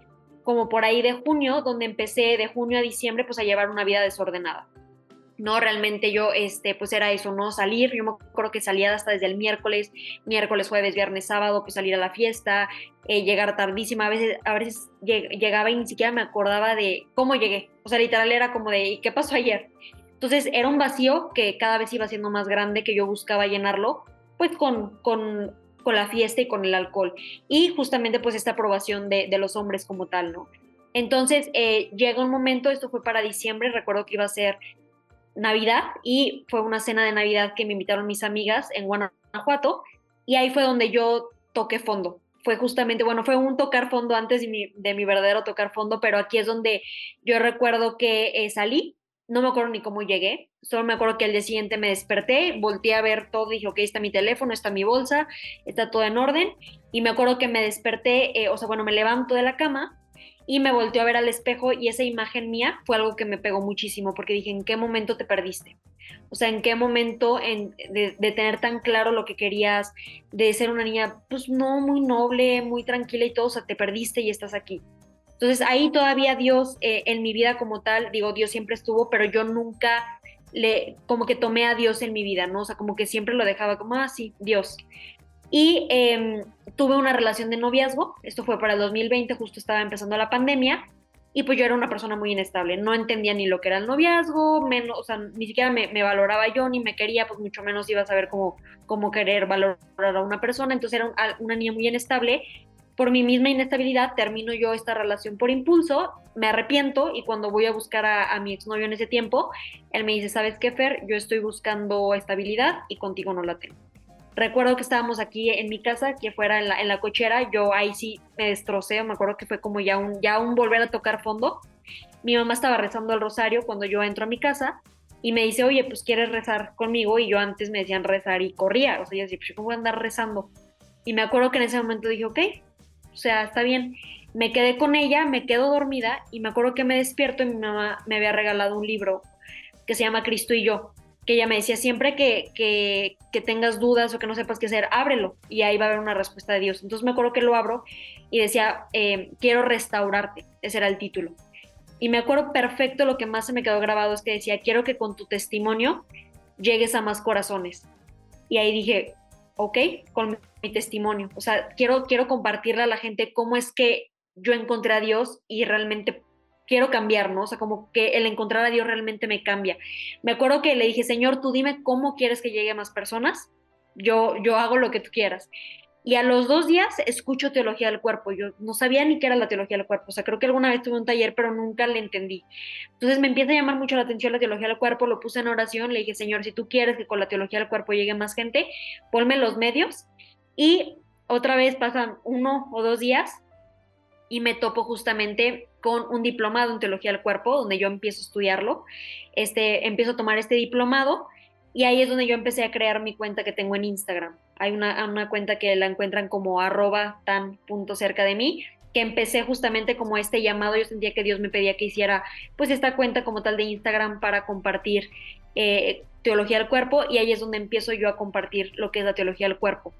como por ahí de junio, donde empecé de junio a diciembre pues a llevar una vida desordenada. No, realmente yo, este, pues era eso, ¿no? Salir, yo me acuerdo que salía hasta desde el miércoles, miércoles, jueves, viernes, sábado, pues salir a la fiesta, eh, llegar tardísima, a veces, a veces llegaba y ni siquiera me acordaba de cómo llegué, o sea, literal era como de, ¿qué pasó ayer? Entonces era un vacío que cada vez iba siendo más grande, que yo buscaba llenarlo, pues con, con, con la fiesta y con el alcohol, y justamente pues esta aprobación de, de los hombres como tal, ¿no? Entonces eh, llega un momento, esto fue para diciembre, recuerdo que iba a ser Navidad y fue una cena de Navidad que me invitaron mis amigas en Guanajuato y ahí fue donde yo toqué fondo. Fue justamente, bueno, fue un tocar fondo antes de mi, de mi verdadero tocar fondo, pero aquí es donde yo recuerdo que eh, salí, no me acuerdo ni cómo llegué, solo me acuerdo que al día siguiente me desperté, volteé a ver todo, dije, ok, está mi teléfono, está mi bolsa, está todo en orden, y me acuerdo que me desperté, eh, o sea, bueno, me levanto de la cama, y me volteó a ver al espejo y esa imagen mía fue algo que me pegó muchísimo porque dije, ¿en qué momento te perdiste? O sea, ¿en qué momento en, de, de tener tan claro lo que querías, de ser una niña, pues no, muy noble, muy tranquila y todo, o sea, te perdiste y estás aquí? Entonces ahí todavía Dios, eh, en mi vida como tal, digo, Dios siempre estuvo, pero yo nunca le, como que tomé a Dios en mi vida, ¿no? O sea, como que siempre lo dejaba como, ah, sí, Dios. Y eh, tuve una relación de noviazgo, esto fue para el dos mil veinte, justo estaba empezando la pandemia, y pues yo era una persona muy inestable, no entendía ni lo que era el noviazgo, menos, o sea, ni siquiera me, me valoraba yo, ni me quería, pues mucho menos iba a saber cómo, cómo querer valorar a una persona, entonces era un, una niña muy inestable. Por mi misma inestabilidad termino yo esta relación por impulso, me arrepiento y cuando voy a buscar a, a mi exnovio en ese tiempo, él me dice, ¿sabes qué, Fer? Yo estoy buscando estabilidad y contigo no la tengo. Recuerdo que estábamos aquí en mi casa, que fuera en la, en la cochera, yo ahí sí me destrocé, me acuerdo que fue como ya un, ya un volver a tocar fondo. Mi mamá estaba rezando el rosario cuando yo entro a mi casa y me dice, oye, pues ¿quieres rezar conmigo? Y yo antes me decían rezar y corría, o sea, yo decía, pues yo voy a andar rezando. Y me acuerdo que en ese momento dije, ok, o sea, está bien. Me quedé con ella, me quedo dormida y me acuerdo que me despierto y mi mamá me había regalado un libro que se llama Cristo y yo, que ella me decía, siempre que, que, que tengas dudas o que no sepas qué hacer, ábrelo y ahí va a haber una respuesta de Dios. Entonces me acuerdo que lo abro y decía, eh, quiero restaurarte, ese era el título. Y me acuerdo perfecto, lo que más se me quedó grabado es que decía, quiero que con tu testimonio llegues a más corazones. Y ahí dije, ok, con mi testimonio, o sea, quiero, quiero compartirle a la gente cómo es que yo encontré a Dios y realmente quiero cambiar, ¿no? O sea, como que el encontrar a Dios realmente me cambia. Me acuerdo que le dije, Señor, tú dime cómo quieres que llegue a más personas, yo, yo hago lo que tú quieras. Y a los dos días escucho teología del cuerpo. Yo no sabía ni qué era la teología del cuerpo. O sea, creo que alguna vez tuve un taller, pero nunca le entendí. Entonces me empieza a llamar mucho la atención la teología del cuerpo. Lo puse en oración. Le dije, Señor, si tú quieres que con la teología del cuerpo llegue más gente, ponme los medios. Y otra vez pasan uno o dos días y me topo justamente con un diplomado en teología del cuerpo, donde yo empiezo a estudiarlo. Este, empiezo a tomar este diplomado. Y ahí es donde yo empecé a crear mi cuenta que tengo en Instagram. Hay una, una cuenta que la encuentran como arroba tan punto cerca de mí, que empecé justamente como este llamado. Yo sentía que Dios me pedía que hiciera pues esta cuenta como tal de Instagram para compartir eh, teología del cuerpo, y ahí es donde empiezo yo a compartir lo que es la teología del cuerpo.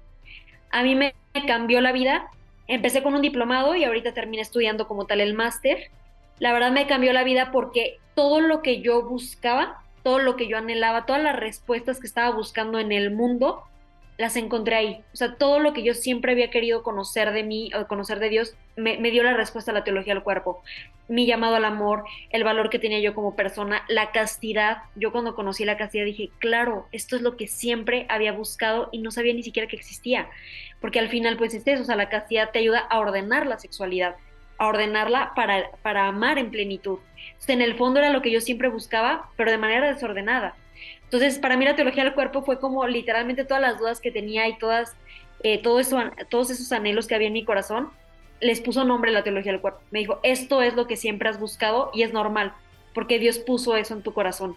A mí me cambió la vida. Empecé con un diplomado y ahorita terminé estudiando como tal el máster. La verdad me cambió la vida porque todo lo que yo buscaba, todo lo que yo anhelaba, todas las respuestas que estaba buscando en el mundo, las encontré ahí. O sea, todo lo que yo siempre había querido conocer de mí o conocer de Dios, me, me dio la respuesta a la teología del cuerpo. Mi llamado al amor, el valor que tenía yo como persona, la castidad. Yo cuando conocí la castidad dije, claro, esto es lo que siempre había buscado y no sabía ni siquiera que existía. Porque al final, pues es eso, o sea, la castidad te ayuda a ordenar la sexualidad, a ordenarla para, para amar en plenitud. Entonces, en el fondo era lo que yo siempre buscaba, pero de manera desordenada. Entonces, para mí la teología del cuerpo fue como literalmente todas las dudas que tenía y todas, eh, todo eso, todos esos anhelos que había en mi corazón, les puso nombre a la teología del cuerpo. Me dijo, esto es lo que siempre has buscado y es normal, porque Dios puso eso en tu corazón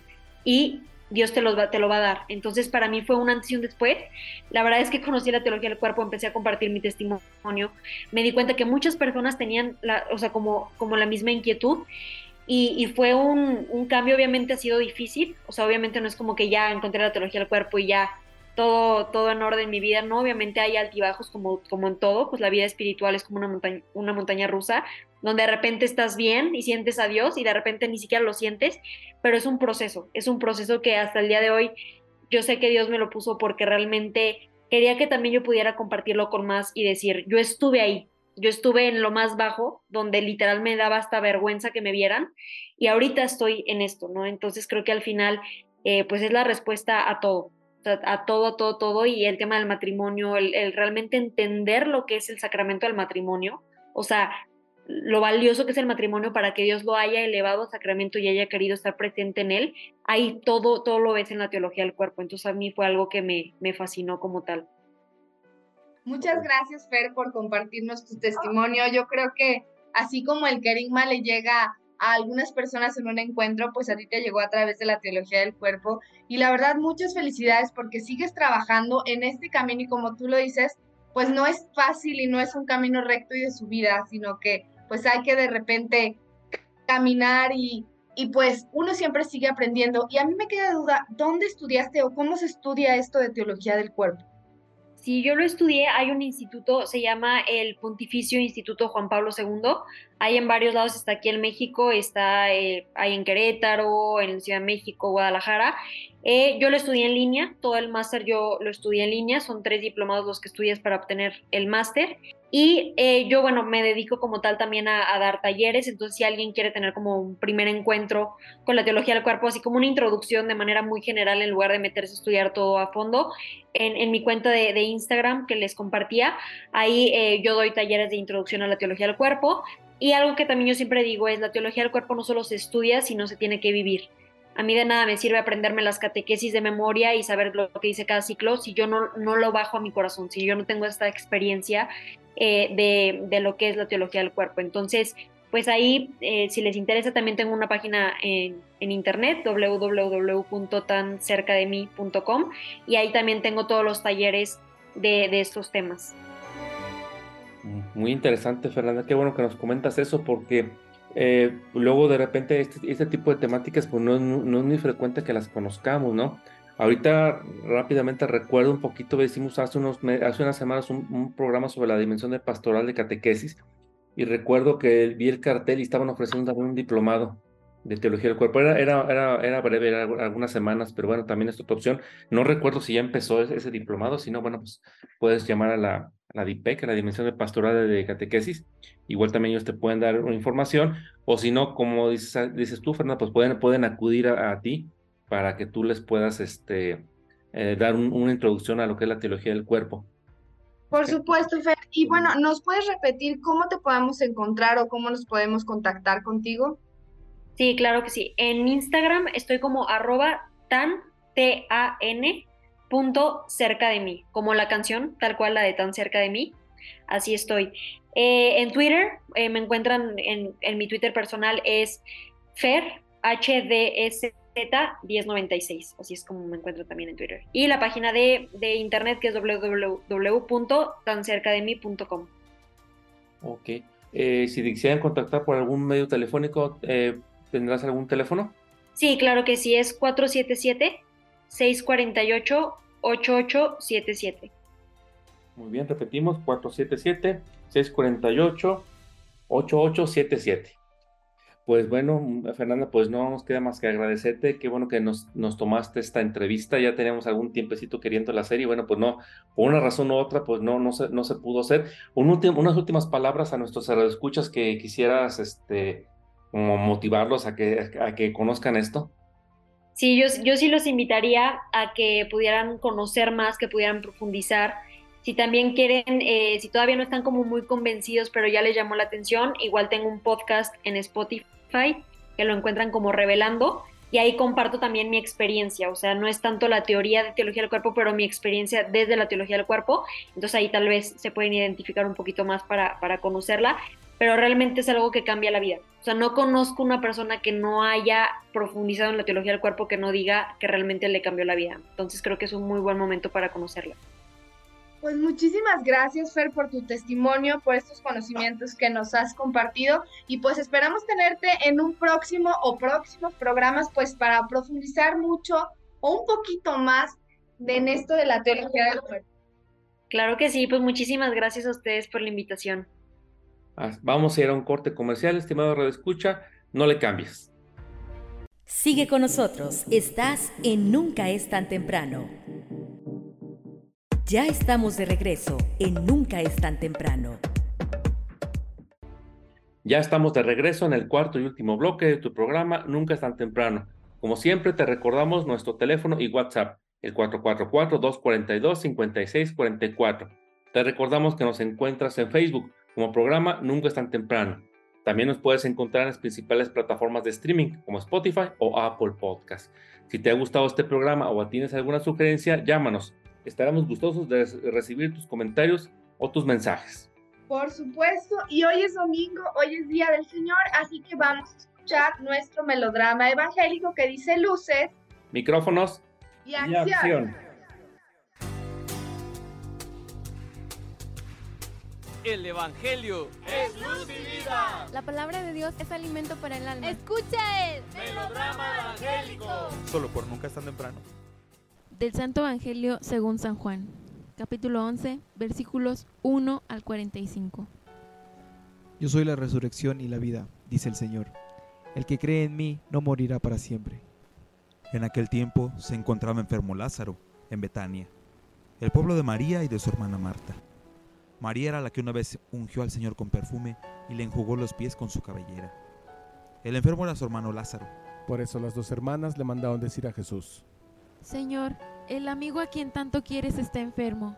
y Dios te lo, va, te lo va a dar. Entonces, para mí fue un antes y un después. La verdad es que conocí la teología del cuerpo, empecé a compartir mi testimonio, me di cuenta que muchas personas tenían, la, o sea, como, como la misma inquietud. Y, y fue un, un cambio. Obviamente ha sido difícil, o sea, obviamente no es como que ya encontré la teología del cuerpo y ya todo, todo en orden en mi vida, no, obviamente hay altibajos como, como en todo, pues la vida espiritual es como una montaña, una montaña rusa, donde de repente estás bien y sientes a Dios y de repente ni siquiera lo sientes, pero es un proceso, es un proceso que hasta el día de hoy yo sé que Dios me lo puso porque realmente quería que también yo pudiera compartirlo con más y decir, yo estuve ahí. Yo estuve en lo más bajo, donde literal me daba hasta vergüenza que me vieran, y ahorita estoy en esto, ¿no? Entonces creo que al final, eh, pues es la respuesta a todo, o sea, a todo, a todo, todo, y el tema del matrimonio, el, el realmente entender lo que es el sacramento del matrimonio, o sea, lo valioso que es el matrimonio para que Dios lo haya elevado a sacramento y haya querido estar presente en él, ahí todo, todo lo ves en la teología del cuerpo. Entonces a mí fue algo que me, me fascinó como tal. Muchas gracias, Fer, por compartirnos tu testimonio. Yo creo que así como el querigma le llega a algunas personas en un encuentro, pues a ti te llegó a través de la teología del cuerpo. Y la verdad, muchas felicidades porque sigues trabajando en este camino y como tú lo dices, pues no es fácil y no es un camino recto y de subida, sino que pues hay que de repente caminar y, y pues uno siempre sigue aprendiendo. Y a mí me queda duda, ¿dónde estudiaste o cómo se estudia esto de teología del cuerpo? Sí, yo lo estudié, hay un instituto, se llama el Pontificio Instituto Juan Pablo segundo, hay en varios lados, está aquí en México, está eh, hay en Querétaro, en Ciudad de México, Guadalajara. Eh, yo lo estudié en línea, todo el máster yo lo estudié en línea, son tres diplomados los que estudias para obtener el máster. Y eh, yo, bueno, me dedico como tal también a, a dar talleres, entonces si alguien quiere tener como un primer encuentro con la teología del cuerpo, así como una introducción de manera muy general en lugar de meterse a estudiar todo a fondo, en, en mi cuenta de, de Instagram que les compartía, ahí eh, yo doy talleres de introducción a la teología del cuerpo. Y algo que también yo siempre digo es, la teología del cuerpo no solo se estudia, sino se tiene que vivir. A mí de nada me sirve aprenderme las catequesis de memoria y saber lo que dice cada ciclo si yo no, no lo bajo a mi corazón, si yo no tengo esta experiencia eh, de, de lo que es la teología del cuerpo. Entonces, pues ahí, eh, si les interesa, también tengo una página en, en internet, doble u doble u doble u punto tan cerca de mí punto com, y ahí también tengo todos los talleres de, de estos temas. Muy interesante, Fernanda, qué bueno que nos comentas eso, porque eh, luego de repente este, este tipo de temáticas pues no, no, no es muy frecuente que las conozcamos, ¿no? Ahorita rápidamente recuerdo un poquito, hicimos hace, unos, hace unas semanas un, un programa sobre la dimensión de pastoral de catequesis, y recuerdo que vi el cartel y estaban ofreciendo también un diplomado de teología del cuerpo. Era, era, era, era breve, era algunas semanas, pero bueno, también es otra opción. No recuerdo si ya empezó ese, ese diplomado, si no, bueno, pues puedes llamar a la, a la D I P E C, a la Dimensión de Pastoral de Catequesis. Igual también ellos te pueden dar una información, o si no, como dices, dices tú, Fernanda, pues pueden, pueden acudir a, a ti para que tú les puedas este, eh, dar un, una introducción a lo que es la teología del cuerpo. Por supuesto, Fer. Y bueno, ¿nos puedes repetir cómo te podemos encontrar o cómo nos podemos contactar contigo? Sí, claro que sí. En Instagram estoy como arroba tan, T A N, punto cerca de mí, como la canción, tal cual la de tan cerca de mí. Así estoy. Eh, en Twitter, eh, me encuentran en, en mi Twitter personal, es Fer, H D S Z diez noventa y seis. Así es como me encuentro también en Twitter. Y la página de, de internet, que es doble u doble u doble u punto tan cerca de mí punto com. Ok. Eh, si quisieran contactar por algún medio telefónico, eh, ¿tendrás algún teléfono? Sí, claro que sí, es cuatro siete siete, seis cuatro ocho, ocho ocho siete siete. Muy bien, repetimos, cuatro siete siete, seis cuatro ocho, ocho ocho siete siete. Pues bueno, Fernanda, pues no nos queda más que agradecerte. Qué bueno que nos, nos tomaste esta entrevista. Ya teníamos algún tiempecito queriendo la serie. Bueno, pues no, por una razón u otra, pues no, no se, no se pudo hacer. Un último, unas últimas palabras a nuestros radioescuchas que quisieras, este, como motivarlos a que, a que conozcan esto. Sí, yo, yo sí los invitaría a que pudieran conocer más, que pudieran profundizar. Si también quieren, eh, si todavía no están como muy convencidos, pero ya les llamó la atención, igual tengo un podcast en Spotify que lo encuentran como Revelando, y ahí comparto también mi experiencia. O sea, no es tanto la teoría de teología del cuerpo, pero mi experiencia desde la teología del cuerpo. Entonces ahí tal vez se pueden identificar un poquito más para, para conocerla, pero realmente es algo que cambia la vida. O sea, no conozco una persona que no haya profundizado en la teología del cuerpo que no diga que realmente le cambió la vida. Entonces creo que es un muy buen momento para conocerla. Pues muchísimas gracias, Fer, por tu testimonio, por estos conocimientos que nos has compartido, y pues esperamos tenerte en un próximo o próximos programas, pues para profundizar mucho o un poquito más de en esto de la teología del cuerpo. Claro que sí, pues muchísimas gracias a ustedes por la invitación. Vamos a ir a un corte comercial, estimado radioescucha, no le cambies. Sigue con nosotros, estás en Nunca es tan temprano. Ya estamos de regreso en Nunca es tan temprano. Ya estamos de regreso en el cuarto y último bloque de tu programa Nunca es tan temprano. Como siempre, te recordamos nuestro teléfono y WhatsApp, el cuatro cuatro cuatro, dos cuatro dos, cinco seis cuatro cuatro. Te recordamos que nos encuentras en Facebook como programa Nunca es tan temprano. También nos puedes encontrar en las principales plataformas de streaming como Spotify o Apple Podcast. Si te ha gustado este programa o tienes alguna sugerencia, llámanos. Estaremos gustosos de recibir tus comentarios o tus mensajes. Por supuesto, y hoy es domingo, hoy es Día del Señor, así que vamos a escuchar nuestro melodrama evangélico que dice luces, micrófonos y acción. Y acción. El Evangelio es luz y vida. La palabra de Dios es alimento para el alma. Escucha el melodrama evangélico. Solo por Nunca es tan temprano. Del Santo Evangelio según San Juan, capítulo once, versículos uno al cuarenta y cinco. Yo soy la resurrección y la vida, dice el Señor. El que cree en mí no morirá para siempre. En aquel tiempo se encontraba enfermo Lázaro, en Betania, el pueblo de María y de su hermana Marta. María era la que una vez ungió al Señor con perfume y le enjugó los pies con su cabellera. El enfermo era su hermano Lázaro. Por eso las dos hermanas le mandaron decir a Jesús: Señor, el amigo a quien tanto quieres está enfermo.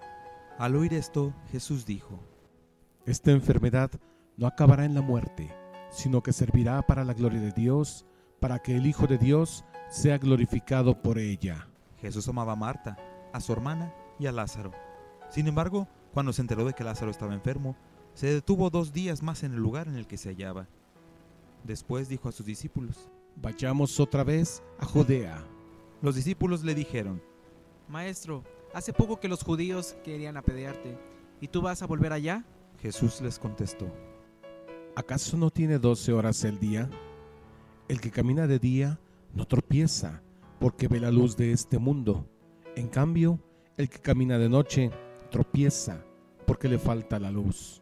Al oír esto, Jesús dijo: Esta enfermedad no acabará en la muerte, sino que servirá para la gloria de Dios, para que el Hijo de Dios sea glorificado por ella. Jesús amaba a Marta, a su hermana y a Lázaro. Sin embargo, cuando se enteró de que Lázaro estaba enfermo, se detuvo dos días más en el lugar en el que se hallaba. Después dijo a sus discípulos: Vayamos otra vez a Judea. Los discípulos le dijeron: Maestro, hace poco que los judíos querían apedrearte, ¿y tú vas a volver allá? Jesús les contestó: ¿Acaso no tiene doce horas el día? El que camina de día no tropieza, porque ve la luz de este mundo. En cambio, el que camina de noche tropieza, porque le falta la luz.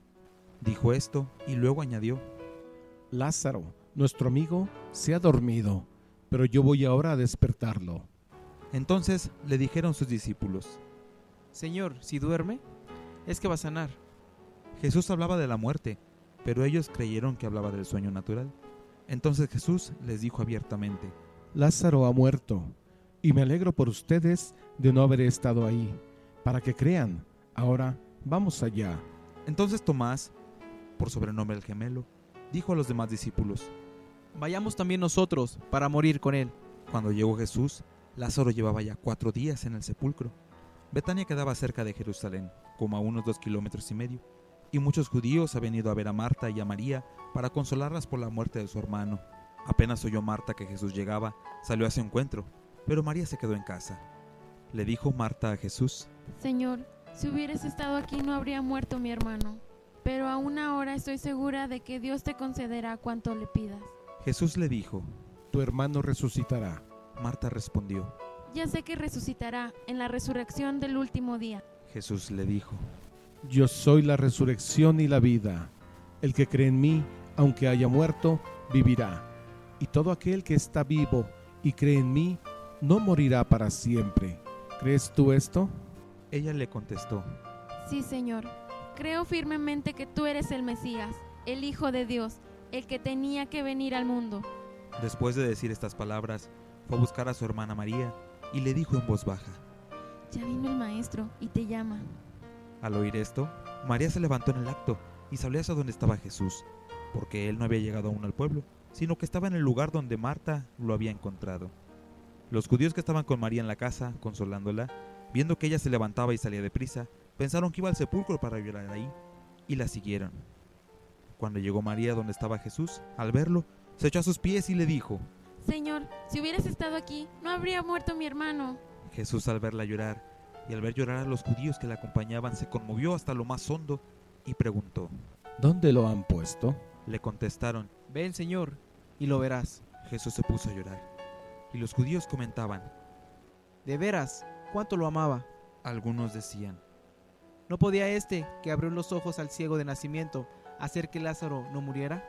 Dijo esto y luego añadió: Lázaro, nuestro amigo, se ha dormido, pero yo voy ahora a despertarlo. Entonces le dijeron sus discípulos: Señor, si duerme, es que va a sanar. Jesús hablaba de la muerte, pero ellos creyeron que hablaba del sueño natural. Entonces Jesús les dijo abiertamente: Lázaro ha muerto, y me alegro por ustedes de no haber estado ahí, para que crean, Ahora vamos allá. Entonces Tomás, por sobrenombre el gemelo, dijo a los demás discípulos: Vayamos también nosotros para morir con él. Cuando llegó Jesús, Lázaro llevaba ya cuatro días en el sepulcro. Betania quedaba cerca de Jerusalén, como a unos dos kilómetros y medio, y muchos judíos habían ido a ver a Marta y a María para consolarlas por la muerte de su hermano. Apenas oyó Marta que Jesús llegaba, salió a su encuentro, pero María se quedó en casa. Le dijo Marta a Jesús: Señor, si hubieras estado aquí no habría muerto mi hermano, pero aún ahora estoy segura de que Dios te concederá cuanto le pidas. Jesús le dijo: Tu hermano resucitará. Marta respondió: Ya sé que resucitará en la resurrección del último día. Jesús le dijo: Yo soy la resurrección y la vida. El que cree en mí, aunque haya muerto, vivirá. Y todo aquel que está vivo y cree en mí, no morirá para siempre. ¿Crees tú esto? Ella le contestó: Sí, Señor. Creo firmemente que tú eres el Mesías, el Hijo de Dios, el que tenía que venir al mundo. Después de decir estas palabras, fue a buscar a su hermana María y le dijo en voz baja: Ya vino el maestro y te llama. Al oír esto, María se levantó en el acto y salió hacia donde estaba Jesús, porque él no había llegado aún al pueblo, sino que estaba en el lugar donde Marta lo había encontrado. Los judíos que estaban con María en la casa, consolándola, viendo que ella se levantaba y salía deprisa, pensaron que iba al sepulcro para llorar ahí, y la siguieron. Cuando llegó María donde estaba Jesús, al verlo, se echó a sus pies y le dijo: Señor, si hubieras estado aquí, no habría muerto mi hermano. Jesús, al verla llorar, y al ver llorar a los judíos que la acompañaban, se conmovió hasta lo más hondo y preguntó: ¿Dónde lo han puesto? Le contestaron: Ven, Señor, y lo verás. Jesús se puso a llorar, y los judíos comentaban: De veras, cuánto lo amaba. Algunos decían: ¿No podía este, que abrió los ojos al ciego de nacimiento, hacer que Lázaro no muriera?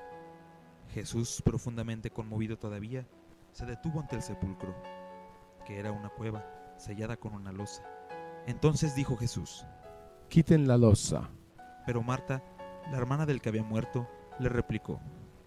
Jesús, profundamente conmovido todavía, se detuvo ante el sepulcro, que era una cueva sellada con una losa. Entonces dijo Jesús: Quiten la losa. Pero Marta, la hermana del que había muerto, le replicó: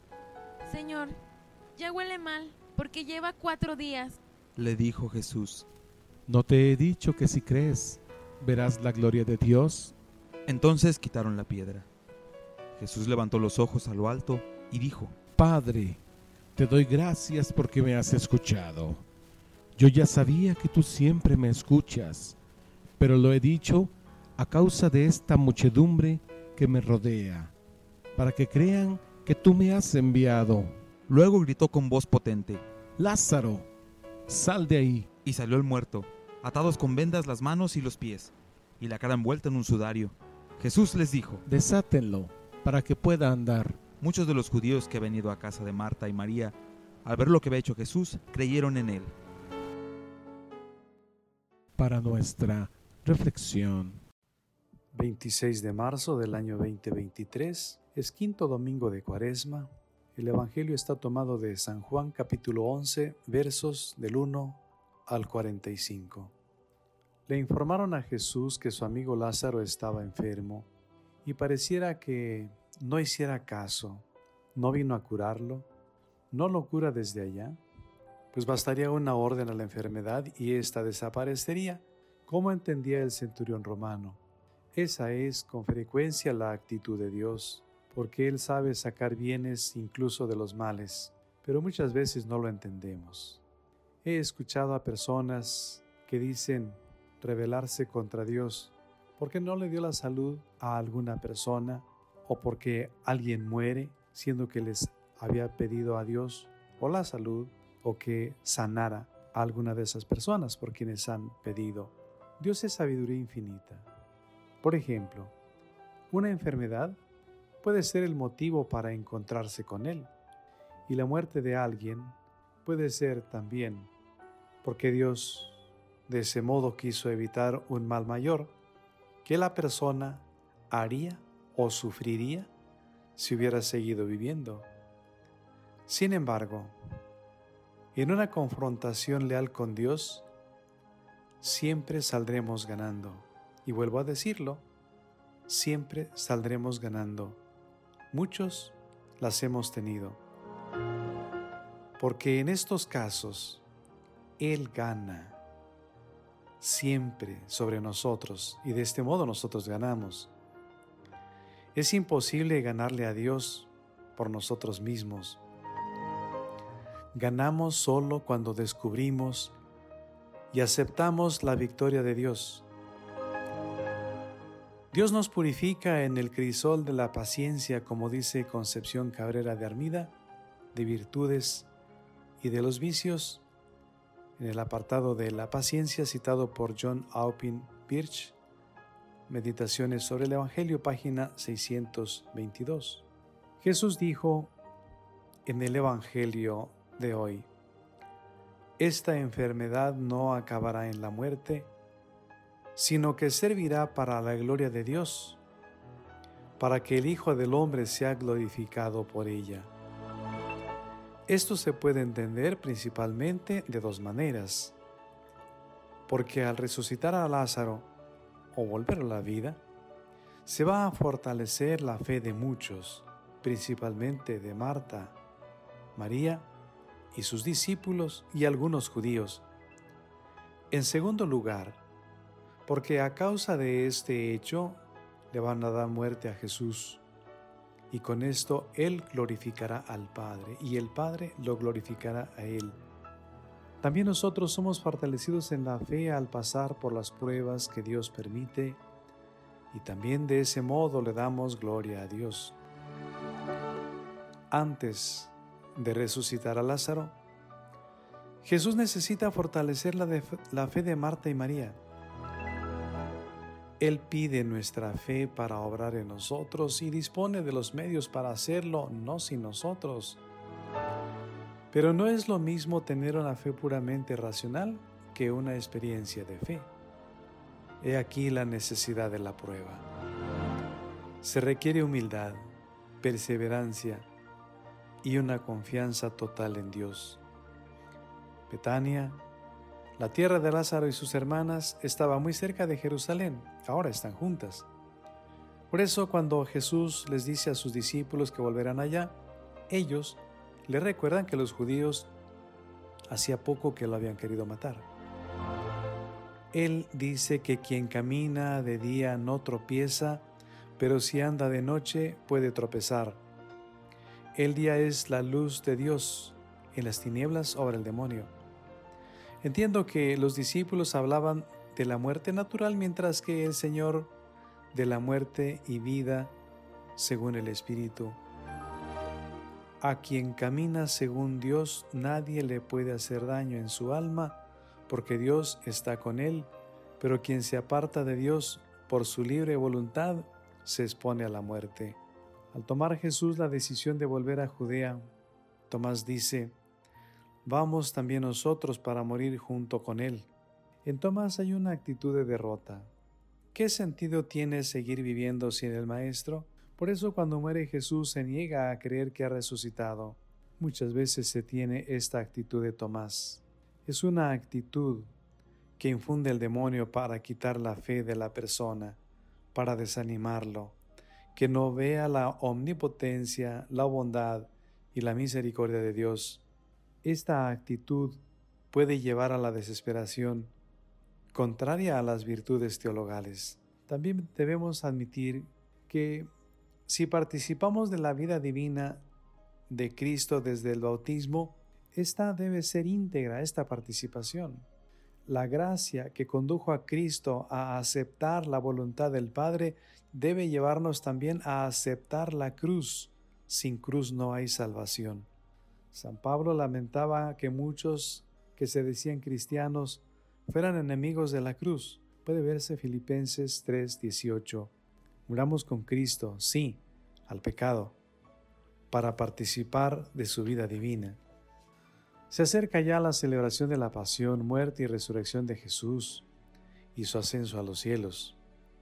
Señor, ya huele mal, porque lleva cuatro días. Le dijo Jesús: ¿No te he dicho que si crees, verás la gloria de Dios? Entonces quitaron la piedra. Jesús levantó los ojos a lo alto y dijo: Padre, te doy gracias porque me has escuchado. Yo ya sabía que tú siempre me escuchas, pero lo he dicho a causa de esta muchedumbre que me rodea, para que crean que tú me has enviado. Luego gritó con voz potente: Lázaro, sal de ahí. Y salió el muerto, atados con vendas las manos y los pies, y la cara envuelta en un sudario. Jesús les dijo: Desátenlo, para que pueda andar. Muchos de los judíos que habían ido a casa de Marta y María, al ver lo que había hecho Jesús, creyeron en él. Para nuestra reflexión. veintiséis de marzo del año veinte veintitrés, es quinto domingo de Cuaresma. El Evangelio está tomado de San Juan capítulo once, versos del uno al cuarenta y cinco. Le informaron a Jesús que su amigo Lázaro estaba enfermo y pareciera que no hiciera caso. No vino a curarlo, no lo cura desde allá, pues bastaría una orden a la enfermedad y ésta desaparecería, como entendía el centurión romano. Esa es con frecuencia la actitud de Dios, porque Él sabe sacar bienes incluso de los males, pero muchas veces no lo entendemos. He escuchado a personas que dicen rebelarse contra Dios porque no le dio la salud a alguna persona o porque alguien muere, siendo que les había pedido a Dios o la salud o que sanara a alguna de esas personas por quienes han pedido. Dios es sabiduría infinita. Por ejemplo, una enfermedad puede ser el motivo para encontrarse con Él, y la muerte de alguien puede ser también porque Dios de ese modo quiso evitar un mal mayor que la persona haría o sufriría si hubiera seguido viviendo. Sin embargo, en una confrontación leal con Dios, siempre saldremos ganando. Y vuelvo a decirlo, siempre saldremos ganando. Muchos las hemos tenido. Porque en estos casos, Él gana. siempre sobre nosotros y de este modo nosotros ganamos. Es imposible ganarle a Dios por nosotros mismos. Ganamos solo cuando descubrimos y aceptamos la victoria de Dios. Dios nos purifica en el crisol de la paciencia, como dice Concepción Cabrera de Armida, de virtudes y de los vicios, en el apartado de la paciencia citado por John Aupin Birch, Meditaciones sobre el Evangelio, página seiscientos veintidós. Jesús dijo en el Evangelio de hoy: esta enfermedad no acabará en la muerte, sino que servirá para la gloria de Dios, para que el Hijo del Hombre sea glorificado por ella. Esto se puede entender principalmente de dos maneras, porque al resucitar a Lázaro o volver a la vida, se va a fortalecer la fe de muchos, principalmente de Marta, María y sus discípulos y algunos judíos. En segundo lugar, porque a causa de este hecho le van a dar muerte a Jesús, y con esto Él glorificará al Padre, y el Padre lo glorificará a Él. También nosotros somos fortalecidos en la fe al pasar por las pruebas que Dios permite, y también de ese modo le damos gloria a Dios. Antes de resucitar a Lázaro, Jesús necesita fortalecer la, de, la fe de Marta y María. Él pide nuestra fe para obrar en nosotros y dispone de los medios para hacerlo, no sin nosotros. Pero no es lo mismo tener una fe puramente racional que una experiencia de fe. He aquí la necesidad de la prueba. Se requiere humildad, perseverancia y una confianza total en Dios. Betania, la tierra de Lázaro y sus hermanas, estaba muy cerca de Jerusalén. Ahora están juntas. Por eso, cuando Jesús les dice a sus discípulos que volverán allá, ellos le recuerdan que los judíos hacía poco que lo habían querido matar. Él dice que quien camina de día no tropieza, pero si anda de noche puede tropezar. El día es la luz de Dios, en las tinieblas obra el demonio. Entiendo que los discípulos hablaban de la muerte natural, mientras que el Señor de la muerte y vida según el Espíritu. A quien camina según Dios, nadie le puede hacer daño en su alma, porque Dios está con él, pero quien se aparta de Dios por su libre voluntad, se expone a la muerte. Al tomar Jesús la decisión de volver a Judea, Tomás dice: vamos también nosotros para morir junto con él. En Tomás hay una actitud de derrota. ¿Qué sentido tiene seguir viviendo sin el Maestro? Por eso cuando muere Jesús se niega a creer que ha resucitado. Muchas veces se tiene esta actitud de Tomás. Es una actitud que infunde el demonio para quitar la fe de la persona, para desanimarlo, que no vea la omnipotencia, la bondad y la misericordia de Dios. Esta actitud puede llevar a la desesperación, contraria a las virtudes teologales. También debemos admitir que si participamos de la vida divina de Cristo desde el bautismo, esta debe ser íntegra, esta participación. La gracia que condujo a Cristo a aceptar la voluntad del Padre debe llevarnos también a aceptar la cruz. Sin cruz no hay salvación. San Pablo lamentaba que muchos que se decían cristianos fueran enemigos de la cruz. Puede verse Filipenses tres dieciocho. Muramos con Cristo, sí, al pecado, para participar de su vida divina. Se acerca ya la celebración de la pasión, muerte y resurrección de Jesús y su ascenso a los cielos.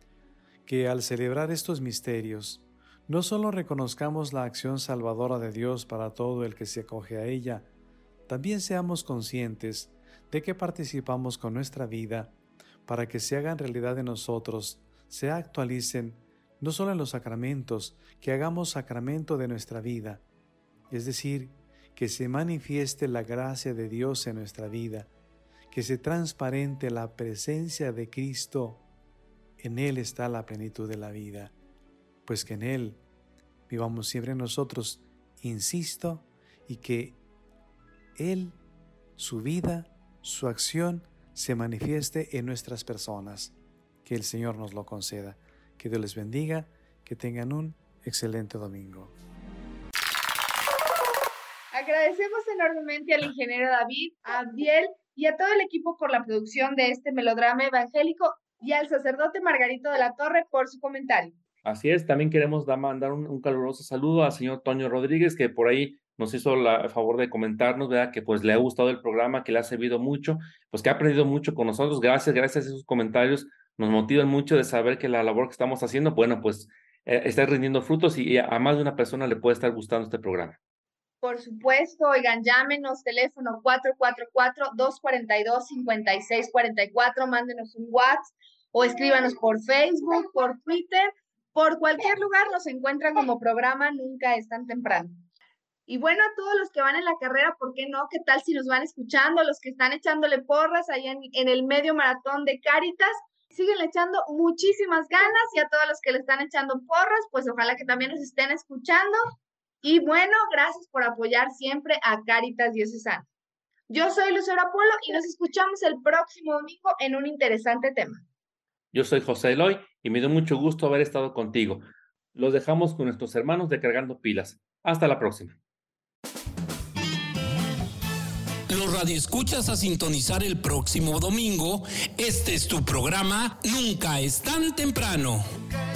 Que al celebrar estos misterios, no solo reconozcamos la acción salvadora de Dios para todo el que se acoge a ella, también seamos conscientes de que participamos con nuestra vida para que se hagan realidad en nosotros, se actualicen no solo en los sacramentos, que hagamos sacramento de nuestra vida, es decir, que se manifieste la gracia de Dios en nuestra vida, que se transparente la presencia de Cristo. En Él está la plenitud de la vida, pues que en Él vivamos siempre nosotros, insisto, y que Él, su vida, su acción, se manifieste en nuestras personas. Que el Señor nos lo conceda. Que Dios les bendiga, que tengan un excelente domingo. Agradecemos enormemente al ingeniero David, a Abdiel y a todo el equipo por la producción de este melodrama evangélico y al sacerdote Margarito de la Torre por su comentario. Así es, también queremos da, mandar un, un caluroso saludo al señor Toño Rodríguez, que por ahí nos hizo la, el favor de comentarnos, ¿verdad? Que pues le ha gustado el programa, que le ha servido mucho, pues que ha aprendido mucho con nosotros. Gracias, gracias a esos comentarios, nos motivan mucho de saber que la labor que estamos haciendo, bueno, pues eh, está rindiendo frutos y, y a más de una persona le puede estar gustando este programa. Por supuesto, oigan, llámenos, teléfono cuatro cuatro cuatro, dos cuatro dos, cinco seis cuatro cuatro, mándenos un WhatsApp o escríbanos por Facebook, por Twitter, por cualquier lugar nos encuentran como programa Nunca es tan temprano. Y bueno, a todos los que van en la carrera, ¿por qué no? ¿Qué tal si nos van escuchando? Los que están echándole porras allá en, en el medio maratón de Cáritas, siguen echando muchísimas ganas, y a todos los que le están echando porras, pues ojalá que también nos estén escuchando. Y bueno, gracias por apoyar siempre a Cáritas Diocesana. Yo soy Lucero Apolo y nos escuchamos el próximo domingo en un interesante tema. Yo soy José Eloy y me dio mucho gusto haber estado contigo. Los dejamos con nuestros hermanos de Cargando Pilas. Hasta la próxima. Los radioescuchas a sintonizar el próximo domingo. Este es tu programa Nunca es tan temprano.